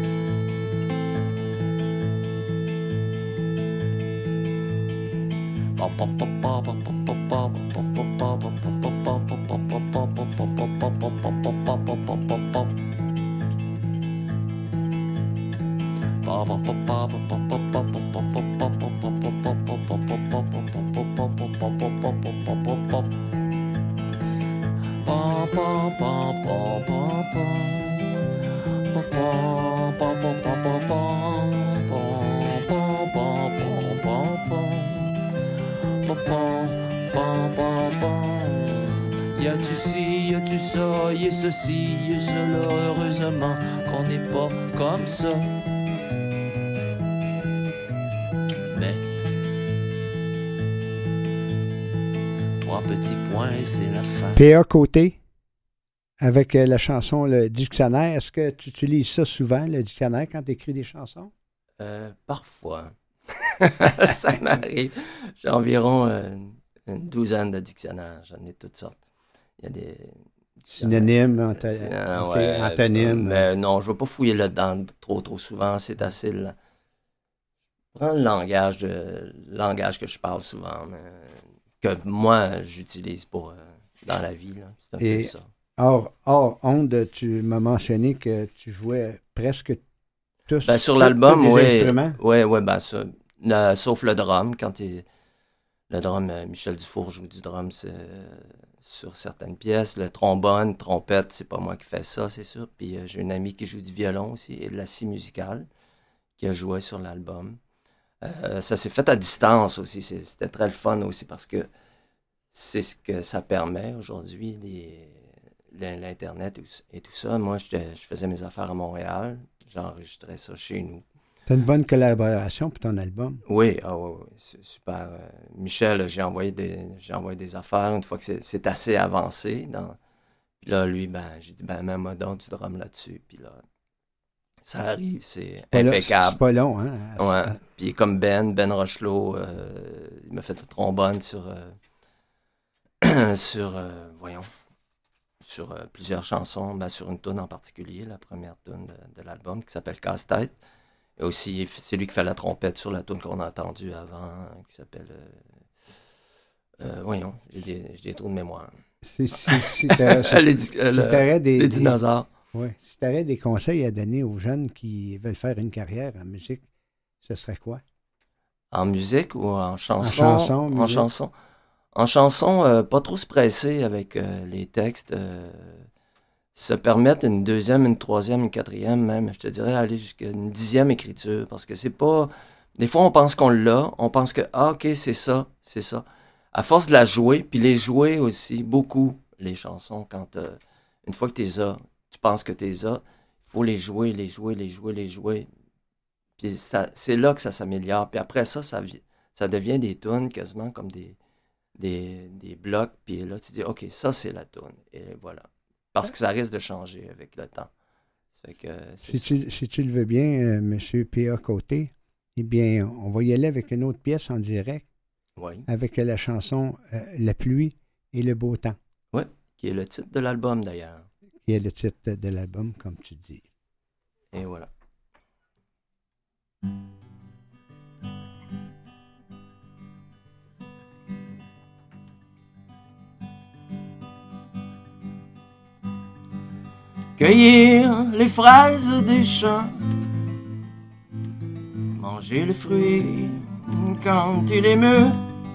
y'a-tu ci, y'a-tu ça, y'a ceci, y'a cela, heureusement qu'on n'est pas comme ça. Mais 3 petits points et c'est la fin. P.A. Côté, avec la chanson Le Dictionnaire. Est-ce que tu utilises ça souvent, le dictionnaire, quand tu écris des chansons? Parfois. Ça m'arrive. J'ai environ une douzaine de dictionnaires. J'en ai toutes sortes. Il y a des synonymes, ouais, antonymes. Mais non, je ne vais pas fouiller là-dedans trop souvent. C'est assez... Prends le langage que je parle souvent, mais que moi, j'utilise pour dans la vie. Là. C'est un peu ça. Hors onde, tu m'as mentionné que tu jouais presque tous sur l'album, tous des instruments. Oui, sauf le drum. Le drum, Michel Dufour joue du drum sur certaines pièces. Le trombone, trompette, c'est pas moi qui fais ça, c'est sûr. Puis j'ai une amie qui joue du violon aussi et de la scie musicale qui a joué sur l'album. Ça s'est fait à distance aussi. C'était très le fun aussi parce que c'est ce que ça permet aujourd'hui, l'Internet et tout ça. Moi, je faisais mes affaires à Montréal. J'enregistrais ça chez nous. Tu as une bonne collaboration pour ton album. Oui, oui, c'est super. Michel, j'ai envoyé des affaires une fois que c'est assez avancé. Puis là, lui, j'ai dit, mets-moi donc du drum là-dessus. Puis là, ça arrive, c'est impeccable. C'est pas long, hein? Ouais. Puis comme Ben Rochelot, il m'a fait le trombone sur plusieurs chansons, sur une toune en particulier, la première toune de l'album qui s'appelle Casse-tête. Et aussi, c'est lui qui fait la trompette sur la toune qu'on a entendue avant, qui s'appelle... j'ai des trous de mémoire. Les dinosaures. Oui. Si tu avais des conseils à donner aux jeunes qui veulent faire une carrière en musique, ce serait quoi? En musique ou en chanson? En chanson. En chanson, pas trop se presser avec les textes. Se permettre une deuxième, une troisième, une quatrième même, je te dirais aller jusqu'à une 10e écriture. Parce que c'est pas... Des fois, on pense qu'on l'a. On pense que, OK, c'est ça. À force de la jouer, puis les jouer aussi, beaucoup, les chansons, quand une fois que tu les as, tu penses que tu les as, il faut les jouer. Puis c'est là que ça s'améliore. Puis après ça devient des tunes quasiment comme des blocs. Puis là, tu dis, OK, ça, c'est la tune. Et voilà. Parce que ça risque de changer avec le temps. Ça fait que si tu le veux bien, M. P.A. Côté, eh bien, on va y aller avec une autre pièce en direct. Oui. Avec la chanson La pluie et le beau temps. Oui, qui est le titre de l'album d'ailleurs. Qui est le titre de l'album, comme tu dis. Et voilà. Cueillir les fraises des champs, manger le fruit quand il est mûr,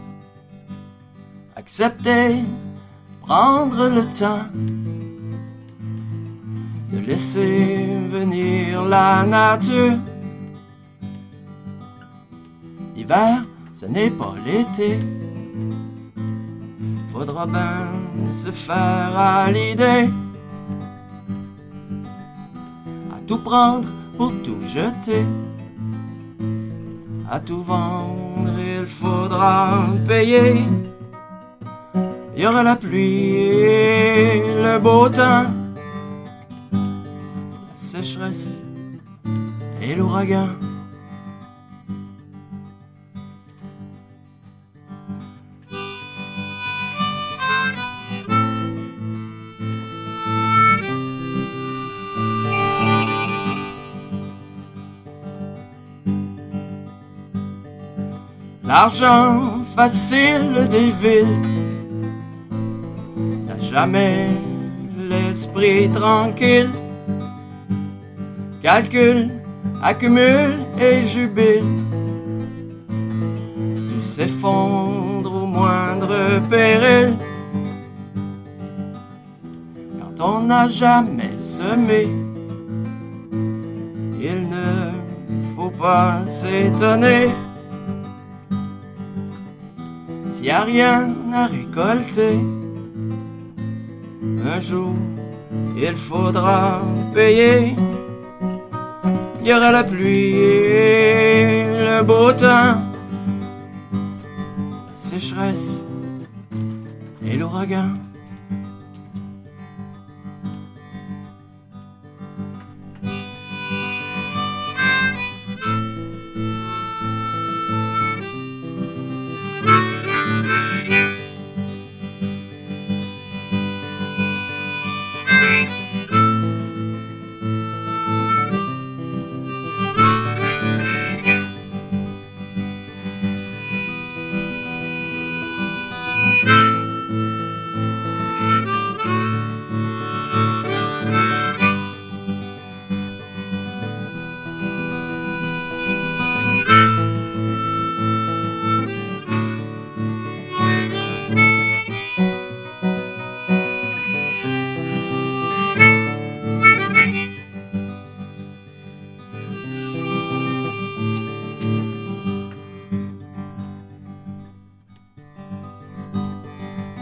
accepter, prendre le temps de laisser venir la nature. L'hiver, ce n'est pas l'été, faudra bien se faire à l'idée. Tout prendre pour tout jeter, à tout vendre il faudra payer. Il y aura la pluie et le beau temps, la sécheresse et l'ouragan. L'argent facile des villes n'a jamais l'esprit tranquille. Calcule, accumule et jubile. Tout s'effondre au moindre péril. Quand on n'a jamais semé, il ne faut pas s'étonner. S'il n'y a rien à récolter, un jour il faudra payer. Il y aura la pluie et le beau temps, la sécheresse et l'ouragan.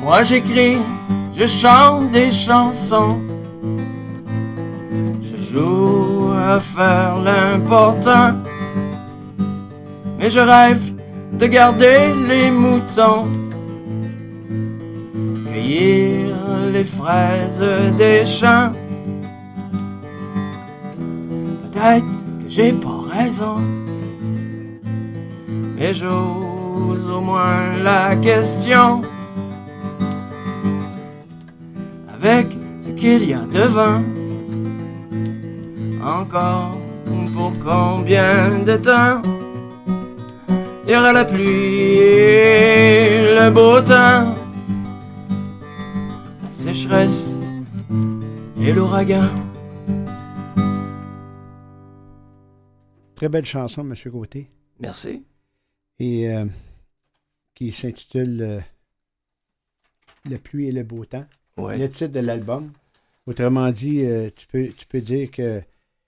Moi j'écris, je chante des chansons. Je joue à faire l'important. Mais je rêve de garder les moutons. Cueillir les fraises des champs. Peut-être que j'ai pas raison. Mais j'ose au moins la question. Avec ce qu'il y a devant. Encore pour combien de temps? Il y aura la pluie et le beau temps. La sécheresse et l'ouragan. Très belle chanson, M. Gauthier. Merci. Et qui s'intitule La pluie et le beau temps. Ouais. Le titre de l'album. Autrement dit, tu peux dire que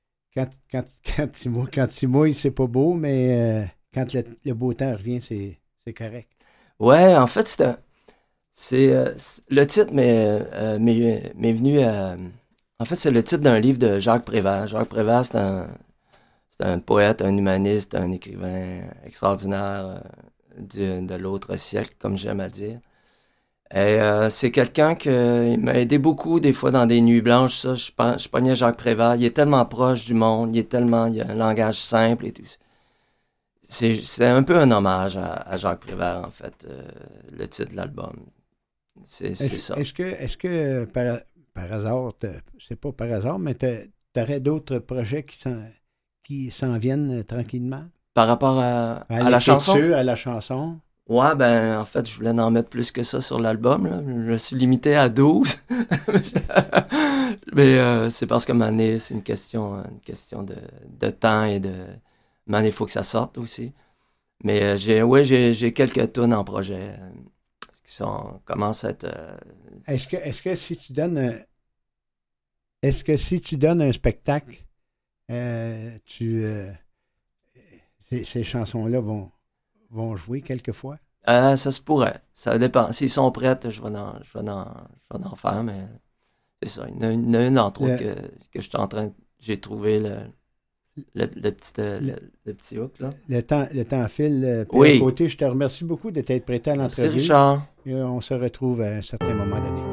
quand tu mouilles, c'est pas beau, mais quand le beau temps revient, c'est correct. Ouais, en fait, le titre m'est venu à... En fait, c'est le titre d'un livre de Jacques Prévert. Jacques Prévert, c'est un poète, un humaniste, un écrivain extraordinaire de l'autre siècle, comme j'aime à dire. Et c'est quelqu'un qui m'a aidé beaucoup, des fois, dans des nuits blanches. Ça, je pognais Jacques Prévert. Il est tellement proche du monde, il a un langage simple et tout. C'est un peu un hommage à Jacques Prévert, en fait, le titre de l'album. C'est ça. Est-ce que par hasard, c'est pas par hasard, mais t'aurais d'autres projets qui s'en viennent tranquillement? Par rapport à la chanson? À la chanson? Ouais, ben, en fait, je voulais en mettre plus que ça sur l'album, là. Je me suis limité à 12. Mais c'est parce que Mané, c'est une question de temps et de... Mané, il faut que ça sorte aussi. Mais j'ai quelques tunes en projet qui commencent à être... Est-ce que si tu donnes un spectacle, ces chansons-là vont jouer quelquefois? Ça se pourrait. Ça dépend. S'ils sont prêts, je vais en faire, mais c'est ça. Il y en a une entre autres que je suis en train... J'ai trouvé le petit hook, là. Le temps file. Oui. Côté, je te remercie beaucoup de t'être prêté à l'entrevue. Merci, Richard. Et on se retrouve à un certain moment donné.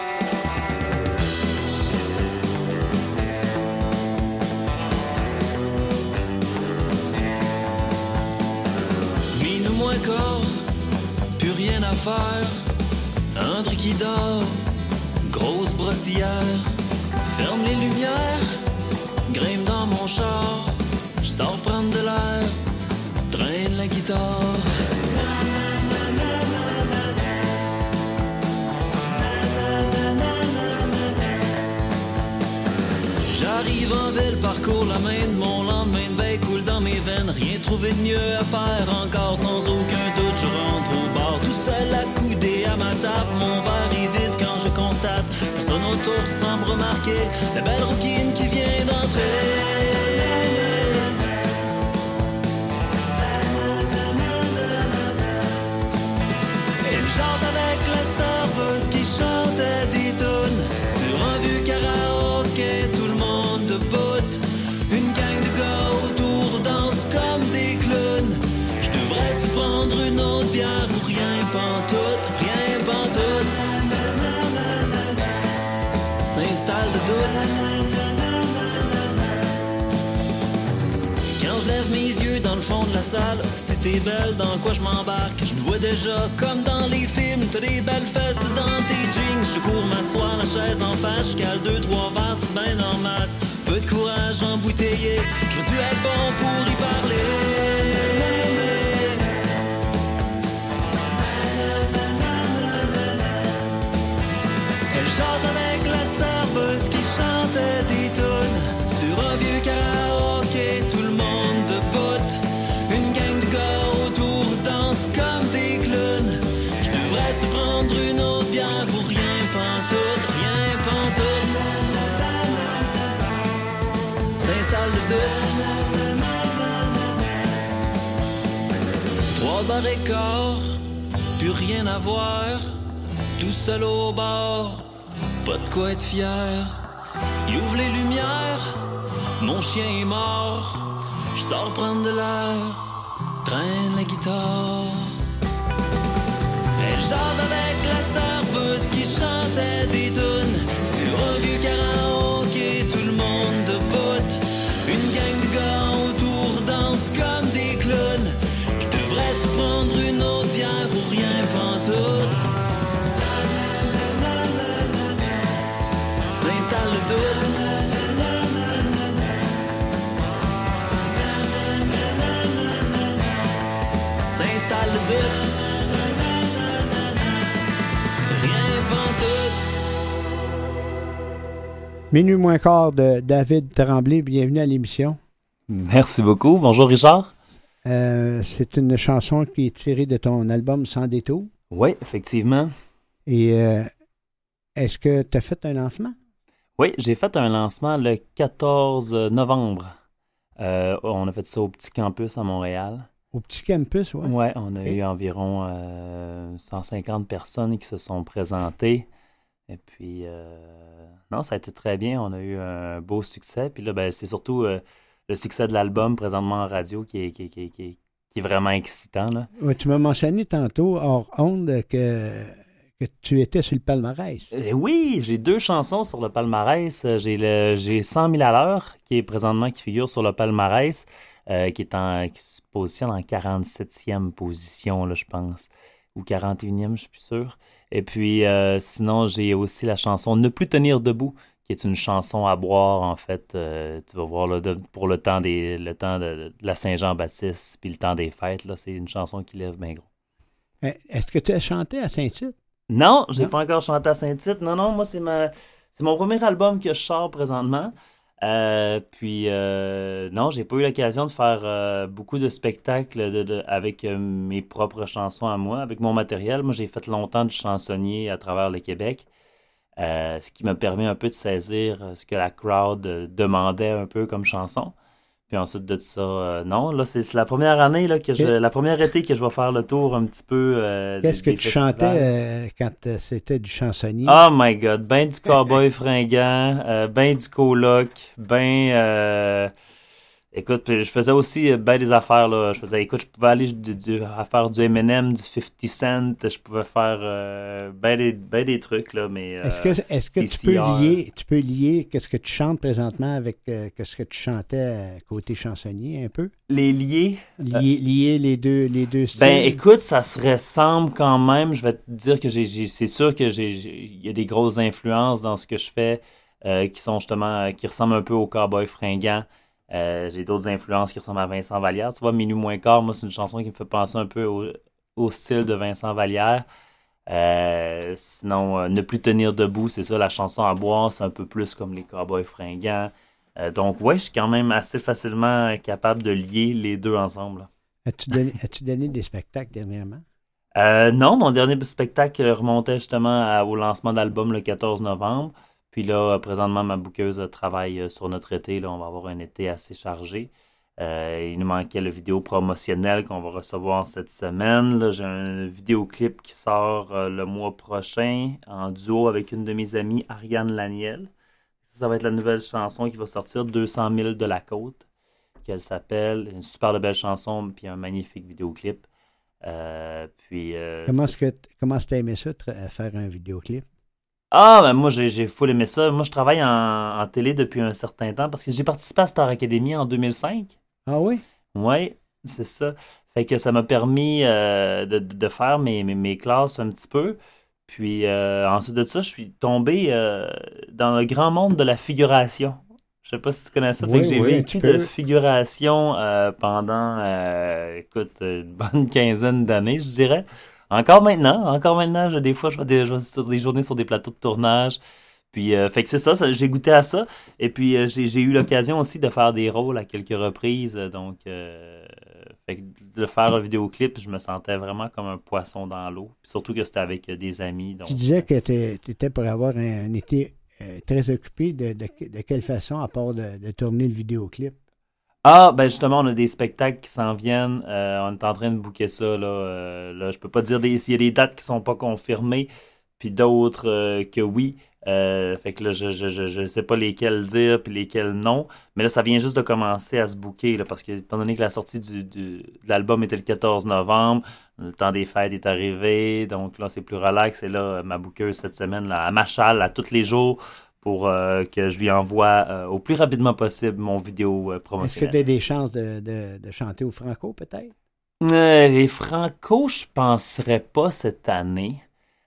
Moins corps, plus rien à faire. Un drap qui dort, grosse brossière. Ferme les lumières, grimpe dans mon char. Je sors prendre de l'air, traîne la guitare. J'arrive en ville, parcours la main de mon lendemain de veille coule dans mes veines. Rien trouvé de mieux à faire encore, sans aucun doute je rentre au bar. Tout seul accoudé à ma table, mon verre est vide quand je constate personne autour sans me remarquer la belle rouquine qui vient d'entrer. Elle chante avec la serveuse qui chantait des tunes sur un vieux karaoké, tout le monde debout. Une gang de gars autour danse comme des clowns. Je devrais-tu prendre une autre bière ou rien pantoute, rien pantoute. S'installe le doute. Quand je lève mes yeux dans le fond de la salle, si t'es belle, dans quoi je m'embarque? Je me vois déjà comme dans les films, t'as des belles fesses dans tes jeans. Je cours m'asseoir, la chaise en face, je cale 2-3 verres, c'est ben en masse. Peu de courage embouteillé, je veux dû être bon pour y parler. Elle jase avec la serveuse qui chantait des tunes sur un vieux karaoké, tout le monde debout. Une gang de gars autour danse comme des clowns. Je devrais-tu prendre une autre bière pour rien pantoute, rien pantoute. S'installe le doute. 3h15, plus rien à voir. tout seul au bord, pas de quoi être fier. Il ouvre les lumières, mon chien est mort. Je sors prendre de l'air, traîne la guitare. Elle jase avec la serveuse qui chantait des tunes sur un vieux karaoké, tout le monde debout. Une gang de gars autour danse comme des clowns. Je devrais-tu prendre une autre bière ou rien pantoute? S'installe le doute. S'installe le doute. Rien pantoute. Minuit moins quart de David Tremblay, bienvenue à l'émission. Merci beaucoup. Bonjour Richard. C'est une chanson qui est tirée de ton album Sans détour. Oui, effectivement. Et est-ce que tu as fait un lancement? Oui, j'ai fait un lancement le 14 novembre. On a fait ça au Petit Campus à Montréal. Au Petit Campus, oui? Oui, on a eu environ 150 personnes qui se sont présentées. Et puis, non, ça a été très bien. On a eu un beau succès. Puis là, ben, c'est surtout le succès de l'album présentement en radio qui est vraiment excitant. Là. Ouais, tu m'as mentionné tantôt, hors onde, que tu étais sur le palmarès. Oui, j'ai 2 chansons sur le palmarès. J'ai 100 000 à l'heure qui figure sur le palmarès, qui se positionne en 47e position, là, je pense. Ou 41e, je suis plus sûr. Et puis, sinon, j'ai aussi la chanson « Ne plus tenir debout », qui est une chanson à boire, en fait. Tu vas voir, là, pour le temps de la Saint-Jean-Baptiste, puis le temps des fêtes, là, c'est une chanson qui lève bien gros. Est-ce que tu as chanté à Saint-Tite? Non, j'ai pas encore chanté à Saint-Tite. Non, moi, c'est mon premier album que je sors présentement. Puis, non, j'ai pas eu l'occasion de faire beaucoup de spectacles avec mes propres chansons à moi, avec mon matériel. Moi, j'ai fait longtemps de chansonnier à travers le Québec, ce qui m'a permis un peu de saisir ce que la crowd demandait un peu comme chanson. Puis ensuite de ça, non, là, c'est la première année, là, la première été que je vais faire le tour un petit peu. Qu'est-ce que tu chantais quand c'était du chansonnier? Oh my God, ben du cowboy fringant, ben du coloc, écoute, je faisais aussi ben des affaires, là. Je pouvais aller à faire du M&M, du 50 Cent, je pouvais faire ben des trucs, là, mais... Est-ce que tu peux lier qu'est-ce que tu chantes présentement avec ce que tu chantais côté chansonnier, un peu? Les lier? Lier les deux styles? Ben, écoute, ça se ressemble quand même. Je vais te dire que c'est sûr que il y a des grosses influences dans ce que je fais qui sont justement, qui ressemblent un peu au cowboy fringant. J'ai d'autres influences qui ressemblent à Vincent Vallière. Tu vois, Minuit moins quart, moi, c'est une chanson qui me fait penser un peu au style de Vincent Vallière. Sinon, Ne plus tenir debout, c'est ça, la chanson à boire, c'est un peu plus comme les cowboys fringants. Donc, ouais, je suis quand même assez facilement capable de lier les deux ensemble. As-tu donné des spectacles dernièrement? Non, mon dernier spectacle remontait justement au lancement d'album le 14 novembre. Puis là, présentement, ma bookeuse travaille sur notre été. Là, on va avoir un été assez chargé. Il nous manquait le vidéo promotionnel qu'on va recevoir cette semaine. Là, j'ai un vidéoclip qui sort le mois prochain en duo avec une de mes amies, Ariane Laniel. Ça va être la nouvelle chanson qui va sortir, 200 000 de la côte, qu'elle s'appelle. Une super belle chanson, puis un magnifique vidéoclip. Comment est-ce que tu as aimé ça, faire un vidéoclip? Ah, ben moi, j'ai full aimé ça. Moi, je travaille en télé depuis un certain temps parce que j'ai participé à Star Academy en 2005. Ah oui? Oui, c'est ça. Fait que ça m'a permis de faire mes classes un petit peu. Puis ensuite de ça, je suis tombé dans le grand monde de la figuration. Je sais pas si tu connais ça. Fait que j'ai vécu de figuration pendant, écoute, une bonne quinzaine d'années, je dirais. Encore maintenant, des fois, je vais sur des journées sur des plateaux de tournage. Puis, fait que c'est ça, j'ai goûté à ça. Et puis, j'ai eu l'occasion aussi de faire des rôles à quelques reprises. Donc, fait que de faire un vidéoclip, je me sentais vraiment comme un poisson dans l'eau. Puis surtout que c'était avec des amis. Donc, tu disais que tu étais pour avoir un été très occupé. De quelle façon, à part de tourner le vidéoclip? Ah, ben justement, on a des spectacles qui s'en viennent. On est en train de booker ça. Là, je peux pas dire s'il y a des dates qui sont pas confirmées. puis d'autres que oui. Fait que là, je sais pas lesquels dire puis lesquels non. Mais là, ça vient juste de commencer à se booker, là, parce que, étant donné que la sortie de l'album était le 14 novembre, le temps des fêtes est arrivé, donc là, c'est plus relax. Et là, ma bookeuse cette semaine, là, elle m'achale à tous les jours pour que je lui envoie au plus rapidement possible mon vidéo promotionnelle. Est-ce que tu as des chances de chanter au Franco, peut-être? Les Franco, je penserais pas cette année.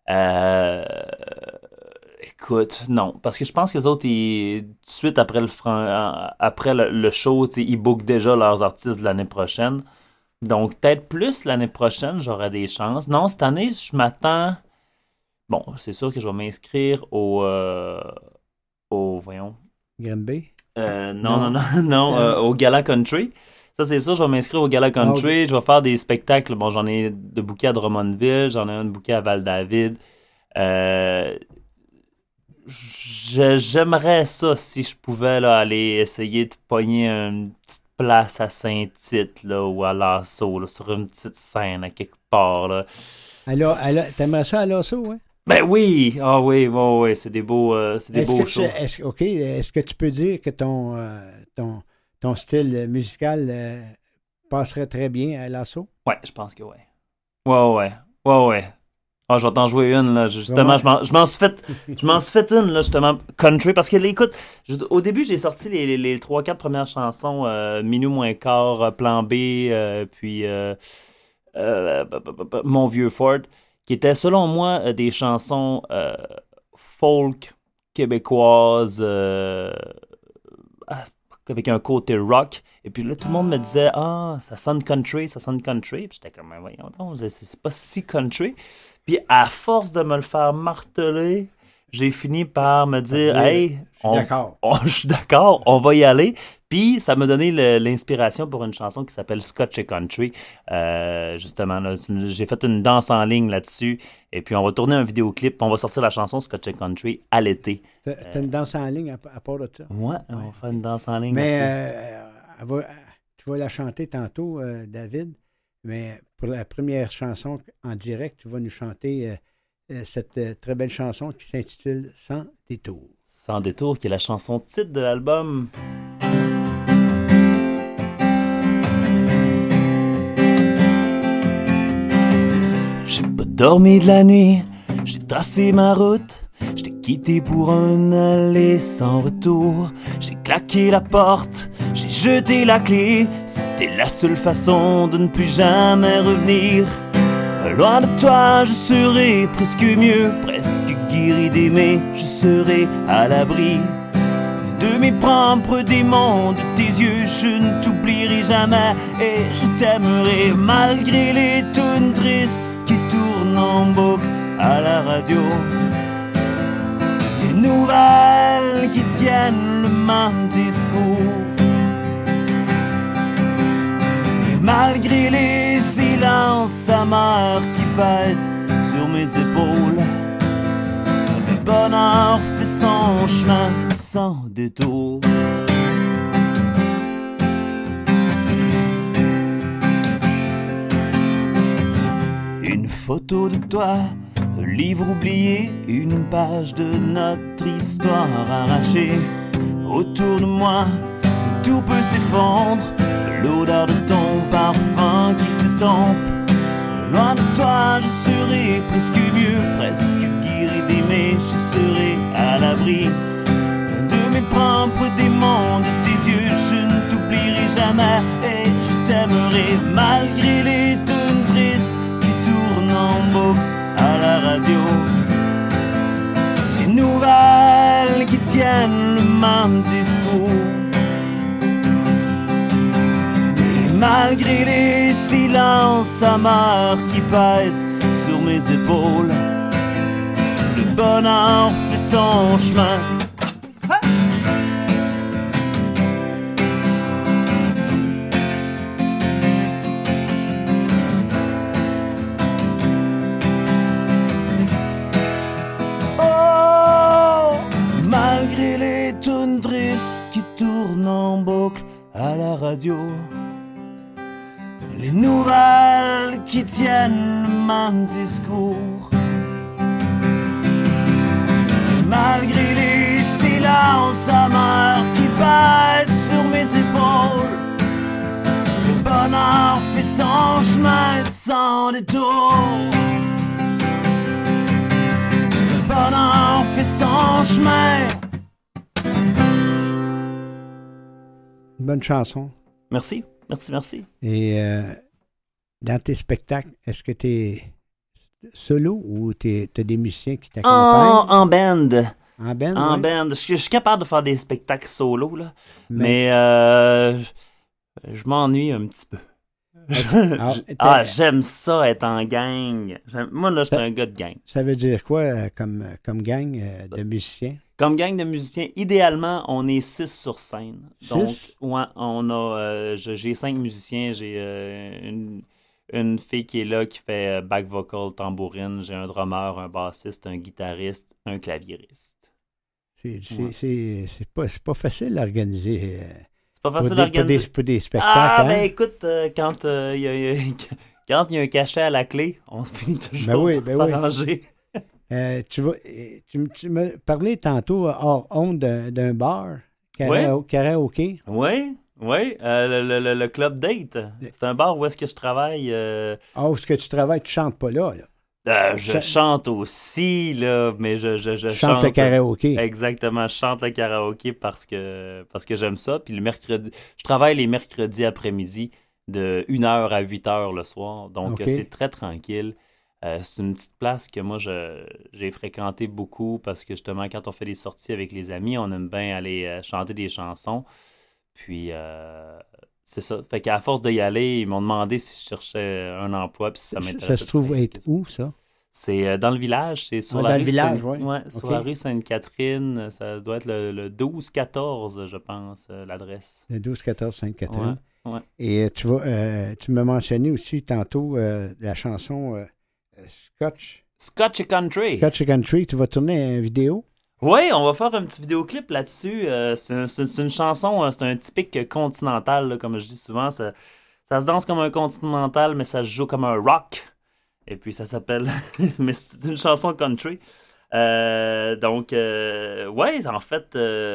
Écoute, non, parce que je pense que les autres, tout de suite après le show, ils bookent déjà leurs artistes de l'année prochaine. Donc, peut-être plus l'année prochaine, j'aurai des chances. Non, cette année, je m'attends... Bon, c'est sûr que je vais m'inscrire voyons... Grimby? Non, au Gala Country. Ça, c'est sûr, je vais m'inscrire au Gala Country. Je vais faire des spectacles. Bon, j'en ai de bouquets à Drummondville, j'en ai un de bouquet à Val-David. J'aimerais ça si je pouvais là, aller essayer de pogner une petite place à Saint-Tite là, ou à Lasso, là, sur une petite scène à quelque part. Là. Alors, t'aimerais ça à Lasso, ouais? Ben oui! Ah oui, c'est des beaux, shows. Est-ce que tu peux dire que ton style musical passerait très bien à Lasso? Ouais, je pense que oui. Ouais. Ah, je vais t'en jouer une, là. Justement, je m'en suis fait une, là, justement, country, parce que, écoute, au début, j'ai sorti les 3-4 premières chansons, Minuit moins quart, Plan B, puis Mon vieux Ford, qui étaient, selon moi, des chansons folk québécoises, avec un côté rock. Et puis là, tout le monde me disait, ça sonne country. Puis j'étais comme, voyons donc, c'est pas si country. Puis à force de me le faire marteler, j'ai fini par me dire, hey, je suis d'accord, on va y aller. Puis ça m'a donné l'inspiration pour une chanson qui s'appelle Scotch et Country. Justement, là, j'ai fait une danse en ligne là-dessus. Et puis on va tourner un vidéoclip. On va sortir la chanson Scotch et Country à l'été. T'as une danse en ligne à part de ça? Ouais, on va faire une danse en ligne là-dessus. Mais tu vas la chanter tantôt, David. Mais pour la première chanson en direct, tu vas nous chanter cette très belle chanson qui s'intitule Sans détour. Sans détour, qui est la chanson titre de l'album. J'ai pas dormi de la nuit, j'ai tracé ma route. Je t'ai quitté pour un aller sans retour. J'ai claqué la porte, j'ai jeté la clé. C'était la seule façon de ne plus jamais revenir. Loin de toi, je serai presque mieux, presque guéri d'aimer. Je serai à l'abri de mes propres démons, de tes yeux. Je ne t'oublierai jamais et je t'aimerai malgré les tunes tristes qui tournent en boucle à la radio. Des nouvelles qui tiennent le même discours. Et malgré les silences amers qui pèsent sur mes épaules, le bonheur fait son chemin sans détour. Une photo de toi, un livre oublié, une page de notre histoire arrachée. Autour de moi, tout peut s'effondre, l'odeur de ton parfum qui s'estompe. Loin de toi, je serai presque mieux, presque guéri d'aimer. Je serai à l'abri de mes propres démons, de tes yeux. Je ne t'oublierai jamais et je t'aimerai malgré les tunes tristes qui tournent en boucle à la radio. Des nouvelles qui tiennent le même discours. Et malgré les silences amers qui pèsent sur mes épaules, le bonheur fait son chemin. Qui tourne en boucle à la radio. Les nouvelles qui tiennent le même discours. Malgré les silences amers qui pèsent sur mes épaules, le bonheur fait son chemin sans détour. Le bonheur fait son chemin. Une bonne chanson. Merci, merci, merci. Et dans tes spectacles, est-ce que tu es solo ou tu as des musiciens qui t'accompagnent? En band. En band, En oui. band. Je suis capable de faire des spectacles solo, là. Mais je m'ennuie un petit peu. J'aime ça, être en gang. Moi, là, je suis un gars de gang. Ça veut dire quoi comme gang de musiciens? Comme gang de musiciens, idéalement, on est 6 sur scène. Donc, Six? ouais, on a, j'ai 5 musiciens. J'ai une fille qui est là qui fait back vocal, tambourine. J'ai un drummer, un bassiste, un guitariste, un claviériste. C'est pas facile à organiser. C'est pas facile à organiser. Pour des spectacles. Ben écoute, quand il y a un cachet à la clé, on finit toujours par s'arranger. Tu m'as parlé tantôt hors honte d'un bar, karaoké. Oui. Le Club Date. C'est un bar où est-ce que je travaille. Où est-ce que tu travailles, tu chantes pas là. Je chante aussi, là, mais je chante le karaoké. Exactement, je chante le karaoké parce que j'aime ça. Puis le mercredi, je travaille les mercredis après-midi de 1h à 8h le soir. Donc, c'est très tranquille. C'est une petite place que moi, j'ai fréquenté beaucoup parce que justement, quand on fait des sorties avec les amis, on aime bien aller chanter des chansons. Puis, c'est ça. Fait qu'à force d'y aller, ils m'ont demandé si je cherchais un emploi puis si ça m'intéressait. Ça se trouve être où, ça? C'est dans le village. C'est sur la rue sur la rue Sainte-Catherine. Ça doit être le 12-14, je pense, l'adresse. Le 12-14 Sainte-Catherine. Ouais. Et tu m'as mentionné aussi tantôt la chanson Scotch et Country. Scotch et Country. Tu vas tourner une vidéo? Oui, on va faire un petit vidéoclip là-dessus. C'est une chanson, c'est un typique continental, là, comme je dis souvent. Ça se danse comme un continental, mais ça se joue comme un rock. Et puis ça s'appelle... mais c'est une chanson country. Donc, ouais, en fait,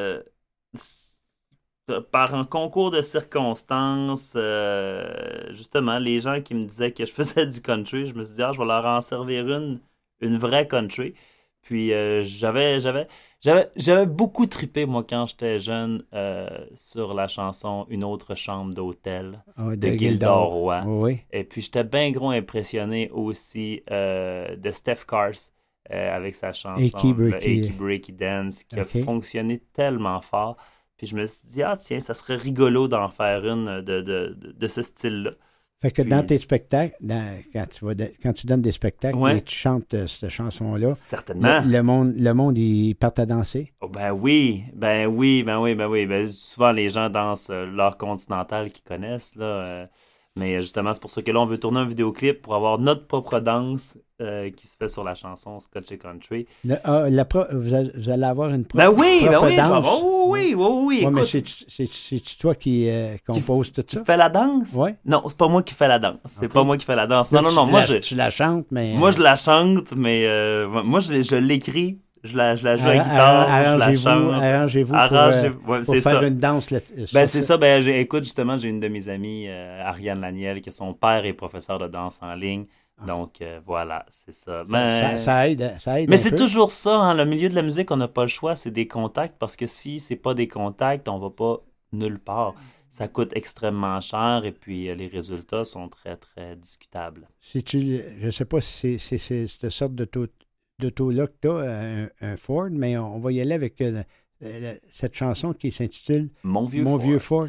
par un concours de circonstances, justement, les gens qui me disaient que je faisais du country, je me suis dit, je vais leur en servir une vraie country. Puis j'avais beaucoup trippé, moi, quand j'étais jeune, sur la chanson « Une autre chambre d'hôtel » de Gildor Roy. Oui. Et puis j'étais bien gros impressionné aussi de Steph Cars avec sa chanson « Achy Breaky Dance » qui a fonctionné tellement fort. Puis je me suis dit, tiens, ça serait rigolo d'en faire une de ce style-là. Fait que dans tes spectacles, quand tu donnes des spectacles et tu chantes cette chanson-là, certainement. Le monde, il part à danser? Oh, ben oui. Souvent, les gens dansent leur continental qu'ils connaissent, là. Mais justement, c'est pour ça que là, on veut tourner un vidéoclip pour avoir notre propre danse qui se fait sur la chanson Scotch et Country. Vous allez avoir une propre danse? Oui. Ouais, mais c'est toi qui compose tout ça? Qui fais la danse? Oui. Non, c'est pas moi qui fais la danse. C'est pas moi qui fais la danse. Non. Tu la chantes, mais... Moi, je la chante, mais moi, je l'écris. Je la joue à la guitare, je la chante. Arrangez-vous pour faire une danse. C'est ça. Écoute, justement, j'ai une de mes amies, Ariane Laniel, que son père est professeur de danse en ligne. Donc, voilà, c'est ça. Ça aide. Mais c'est toujours ça, hein, le milieu de la musique, on n'a pas le choix, c'est des contacts, parce que si c'est pas des contacts, on va pas nulle part. Ça coûte extrêmement cher et puis les résultats sont très, très discutables. Je ne sais pas si c'est cette sorte d'auto-là que tu as, un Ford, mais on va y aller avec cette chanson qui s'intitule Mon vieux Ford.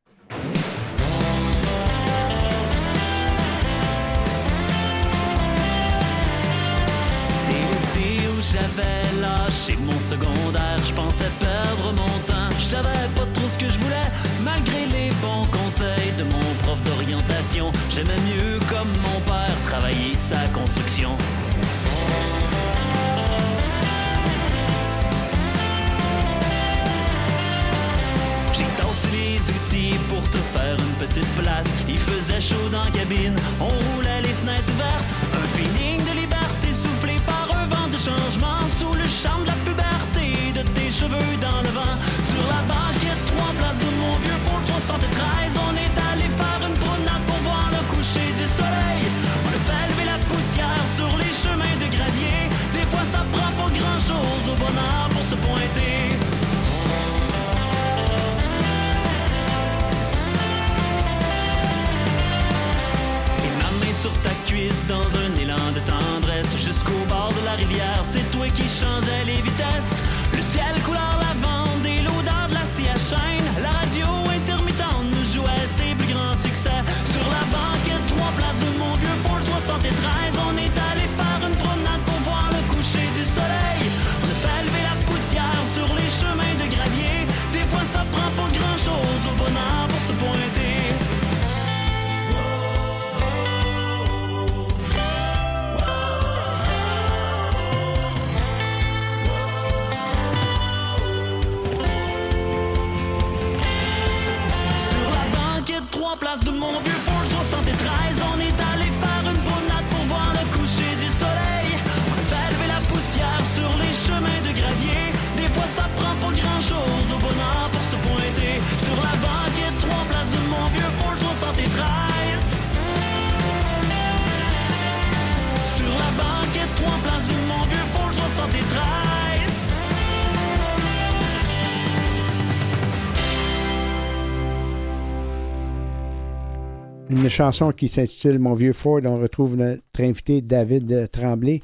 C'est l'été où j'avais lâché mon secondaire. Je pensais perdre mon temps. Je savais pas trop ce que je voulais, malgré les bons conseils de mon prof d'orientation. J'aimais mieux, comme mon père, travailler sa construction. J'ai tassé les outils pour te faire une petite place. Il faisait chaud dans la cabine, on roulait les fenêtres ouvertes. Un feeling de liberté soufflé par un vent de changement sous le charme de la puberté. cheveux dans le vent. Sur la banquette, 3 places de mon vieux Ford 73. On est allé faire une promenade pour voir le coucher du soleil. On a fait lever la poussière sur les chemins de gravier. Des fois ça prend pas grand chose au bonheur pour se pointer. Sur ta cuisse dans un élan de tendresse jusqu'au bord de la rivière, c'est toi qui changeais les vitesses. Le ciel couleur lavande et l'odeur de la scie à chaîne. La radio intermittente nous jouait ses plus grands succès. Sur la banquette, 3 places de mon vieux Ford 73. On est allé faire une promenade pour voir le coucher du soleil. On a fait lever la poussière sur les chemins de gravier. Des fois ça prend pas grand chose au bonheur pour se pointer. Place de mon vieux Ford 73. On est allé faire une promenade pour voir le coucher du soleil. On a fait lever la poussière sur les chemins de gravier. Des fois ça prend pas grand chose au bonheur pour se pointer. Sur la banquette, 3 places de mon vieux Ford 73. Sur la banquette, 3 places de mon vieux Ford 73. Une chanson qui s'intitule Mon vieux Ford. On retrouve notre invité David Tremblay.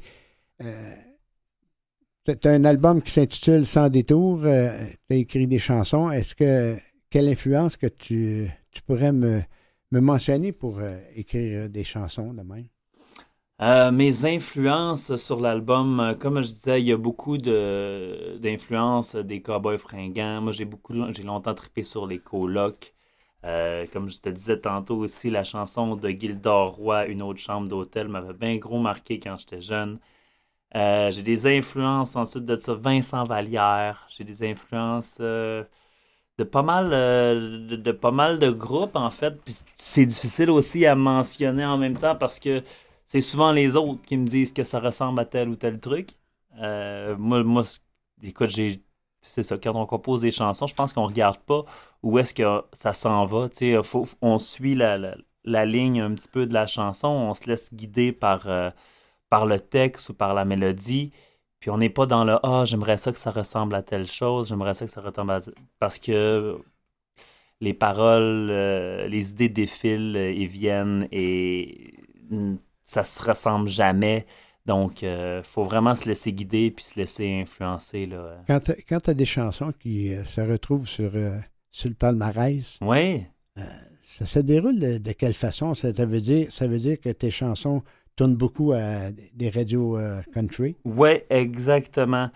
C'est un album qui s'intitule Sans détour. Tu as écrit des chansons. Quelle influence que tu pourrais me mentionner pour écrire des chansons de même? Mes influences sur l'album, comme je disais, il y a beaucoup d'influences des Cowboys fringants. Moi, j'ai longtemps trippé sur les colocs. Comme je te disais tantôt aussi, la chanson de Gildor Roy, Une autre chambre d'hôtel, m'avait bien gros marqué quand j'étais jeune. J'ai des influences ensuite de ça, Vincent Vallière. J'ai des influences de pas mal de groupes en fait. Puis c'est difficile aussi à mentionner en même temps parce que c'est souvent les autres qui me disent que ça ressemble à tel ou tel truc. Moi, écoute, c'est ça, quand on compose des chansons, je pense qu'on regarde pas où est-ce que ça s'en va. On suit la ligne un petit peu de la chanson, on se laisse guider par le texte ou par la mélodie, puis on n'est pas dans le « Ah, j'aimerais ça que ça ressemble à telle chose, j'aimerais ça que ça ressemble à... » Parce que les paroles, les idées défilent et viennent et ça se ressemble jamais. Donc, il faut vraiment se laisser guider puis se laisser influencer. Là. Quand tu as des chansons qui se retrouvent sur le palmarès, oui. Ça se déroule de quelle façon? Ça veut dire que tes chansons tournent beaucoup à des radios country? Oui, exactement.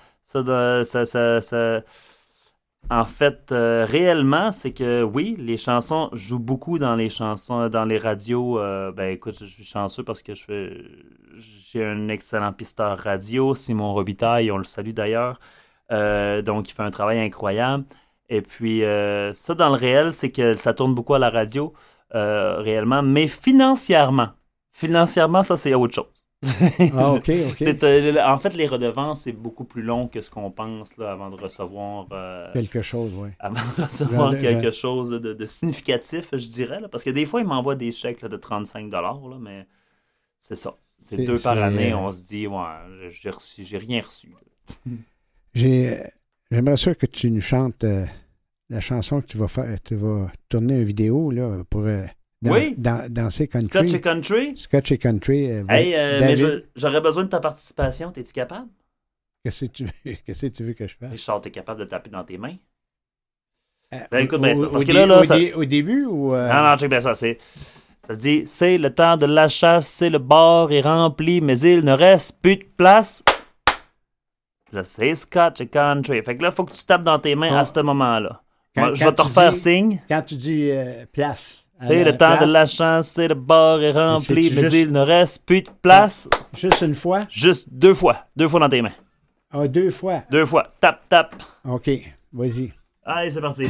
En fait, réellement, c'est que oui, les chansons jouent beaucoup dans les radios. Écoute, je suis chanceux parce que j'ai un excellent pisteur radio, Simon Robitaille, on le salue d'ailleurs. Donc, il fait un travail incroyable. Et puis, ça, dans le réel, c'est que ça tourne beaucoup à la radio, réellement. Mais financièrement, ça, c'est autre chose. Ah, OK. En fait, les redevances, c'est beaucoup plus long que ce qu'on pense là, avant de recevoir... quelque chose, oui. Avant de recevoir quelque chose de significatif, je dirais. Là, parce que des fois, ils m'envoient des chèques là, de 35 $, là, mais c'est ça. C'est 2 par année, on se dit, ouais, j'ai rien reçu. J'aimerais ça que tu nous chantes la chanson que tu vas faire. Tu vas tourner une vidéo là, pour... danser country. Scotch et country? Scotch et country. Mais j'aurais besoin de ta participation. T'es-tu capable? Qu'est-ce que tu veux que je fasse? Richard, t'es capable de taper dans tes mains? Écoute bien ça. Parce que là, au début ou... Non, check bien ça. Ça dit, c'est le temps de la chasse, c'est le bar est rempli, mais il ne reste plus de place. Là, c'est Scotch et country. Fait que là, il faut que tu tapes dans tes mains à ce moment-là. Je vais te refaire signe. Quand tu dis place... C'est le temps de la chance, c'est le bar est rempli, mais il ne reste plus de place. Juste une fois? Juste 2 fois. 2 fois dans tes mains. Ah, 2 fois? 2 fois. Tape. OK, vas-y. Allez, c'est parti.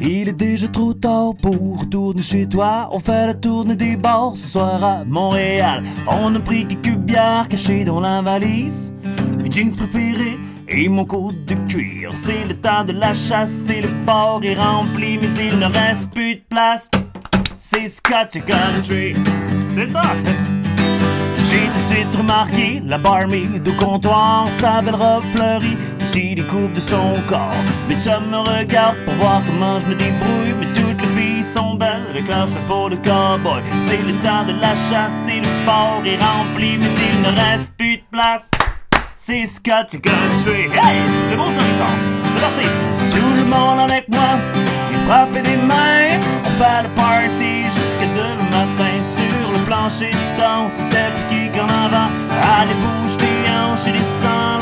Il est déjà trop tard pour retourner chez toi. On fait la tournée des bars ce soir à Montréal. On a pris quelques bières cachées dans la valise, mes jeans préférés et mon côte de cuir. C'est le temps de la chasse et le bar est rempli, mais il ne reste plus de place. C'est Scotch et Country. C'est ça. J'ai tout de suite remarqué la barmaid au comptoir, sa belle robe fleurie qui suit les coupes de son corps. Mes chums me regardent pour voir comment je me débrouille, mais toutes les filles sont belles avec leur chapeau de cowboy. C'est le temps de la chasse et le port est rempli, mais il ne reste plus de place. C'est Scotch et Country. Hey! C'est bon ça, Richard. C'est parti. Tout le monde avec moi, et frapper des mains. On fait le party jusqu'à demain matin. Sur le plancher de danse, step kick en avant. Allez, bouge tes hanches et descends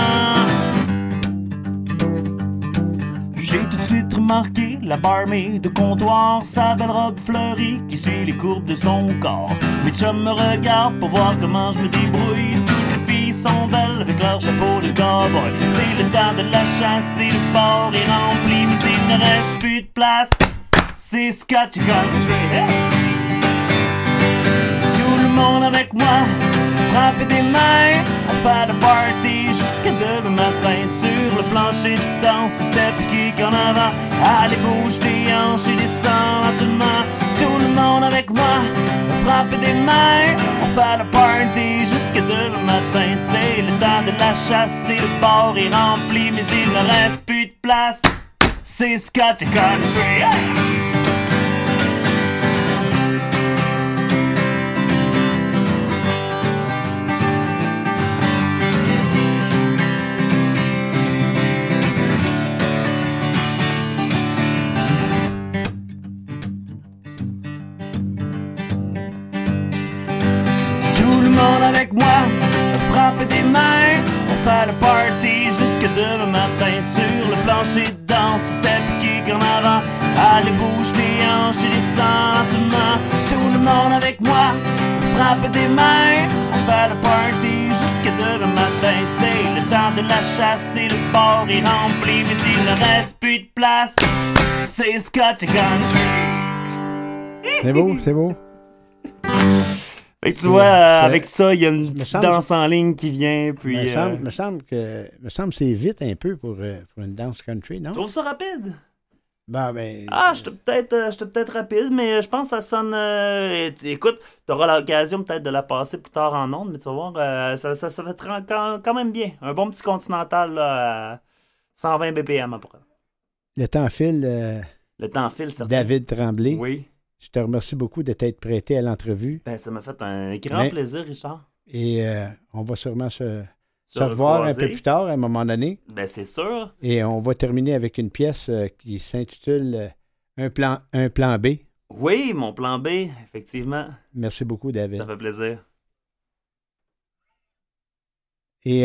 lentement. J'ai tout de suite remarqué la barmaid de comptoir, sa belle robe fleurie qui suit les courbes de son corps. Mes chums me regardent pour voir comment je me débrouille. Toutes les filles sont belles avec leur chapeau de cowboy. C'est le temps de la chasse et le port est rempli, mais il ne reste plus de place. C'est Scotch et Country. Hey! Tout le monde avec moi, frappez des mains. On fait le party jusqu'à demain matin. Sur le plancher de danse, step kick en avant. Allez, bouge tes hanches et descends lentement. Tout le monde avec moi, frappez des mains. On fait le party jusqu'à demain matin. C'est le temps de la chasse et le bar est rempli, mais il ne reste plus de place. C'est Scotch et Country. Hey! Avec moi, frapper des mains, on fait le party jusqu'à demain matin. Sur le plancher de danse, step kick en avant. Allez, bouge tes hanches et descends lentement. Tout le monde avec moi, frapper des mains, on fait le party jusqu'à demain matin. C'est le temps de la chasse et le bar est rempli, mais il ne reste plus de place. C'est Scotch et Country. C'est beau, c'est beau. Fait que tu vois, avec ça, il y a une petite danse en ligne qui vient. Puis, me semble que c'est vite un peu pour une danse country, non? Tu trouves ça rapide? Ben, j'étais peut-être rapide, mais je pense que ça sonne... écoute, tu auras l'occasion peut-être de la passer plus tard en ondes, mais tu vas voir, ça fait quand même bien. Un bon petit continental là, à 120 BPM après. Le temps file. Le temps file, certainement. David Tremblay. Oui. Je te remercie beaucoup de t'être prêté à l'entrevue. Ben, ça m'a fait un grand plaisir, Richard. Et on va sûrement se revoir un peu plus tard, à un moment donné. Ben, c'est sûr. Et on va terminer avec une pièce qui s'intitule un plan B. Oui, mon plan B, effectivement. Merci beaucoup, David. Ça fait plaisir. Et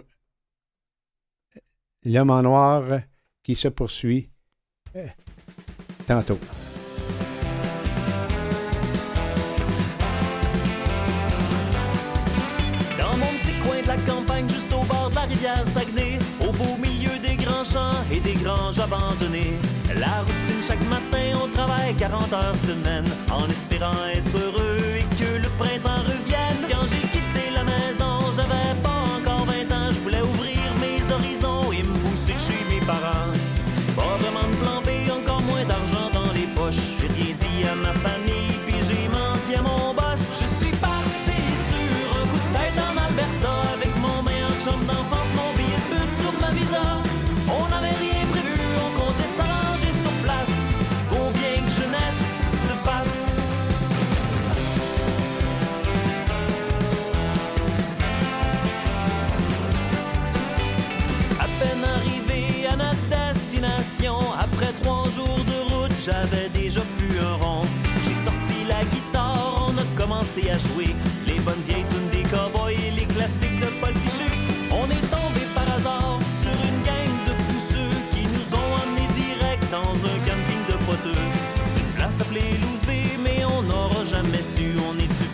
l'homme en noir qui se poursuit tantôt. Campagne juste au bord de la rivière Saguenay, au beau milieu des grands champs et des granges abandonnées. La routine chaque matin, on travaille 40 heures semaine, en espérant être heureux et que le printemps revienne. Quand j'ai quitté la maison, j'avais pas encore 20 ans, je voulais ouvrir mes horizons et me pousser de chez mes parents. Pas vraiment de plan B, encore moins d'argent dans les poches. J'ai rien dit à ma famille, puis j'ai menti à mon boss. Je suis parti sur un coup de tête en Alberta. D'enfance, mon billet de bus sur ma visa. On n'avait rien prévu, on comptait s'arranger sur place. Combien de jeunesse se passe. À peine arrivé à notre destination, après 3 jours de route, j'avais déjà pu un rond. J'ai sorti la guitare, on a commencé à jouer les bonnes vieilles tunes des cowboys et les classiques de Paul Pichu. On est tombé par hasard sur une gang de pousseux qui nous ont emmenés direct dans un camping de poteux. Une place appelée Loose Bay, mais on n'aura jamais su. On est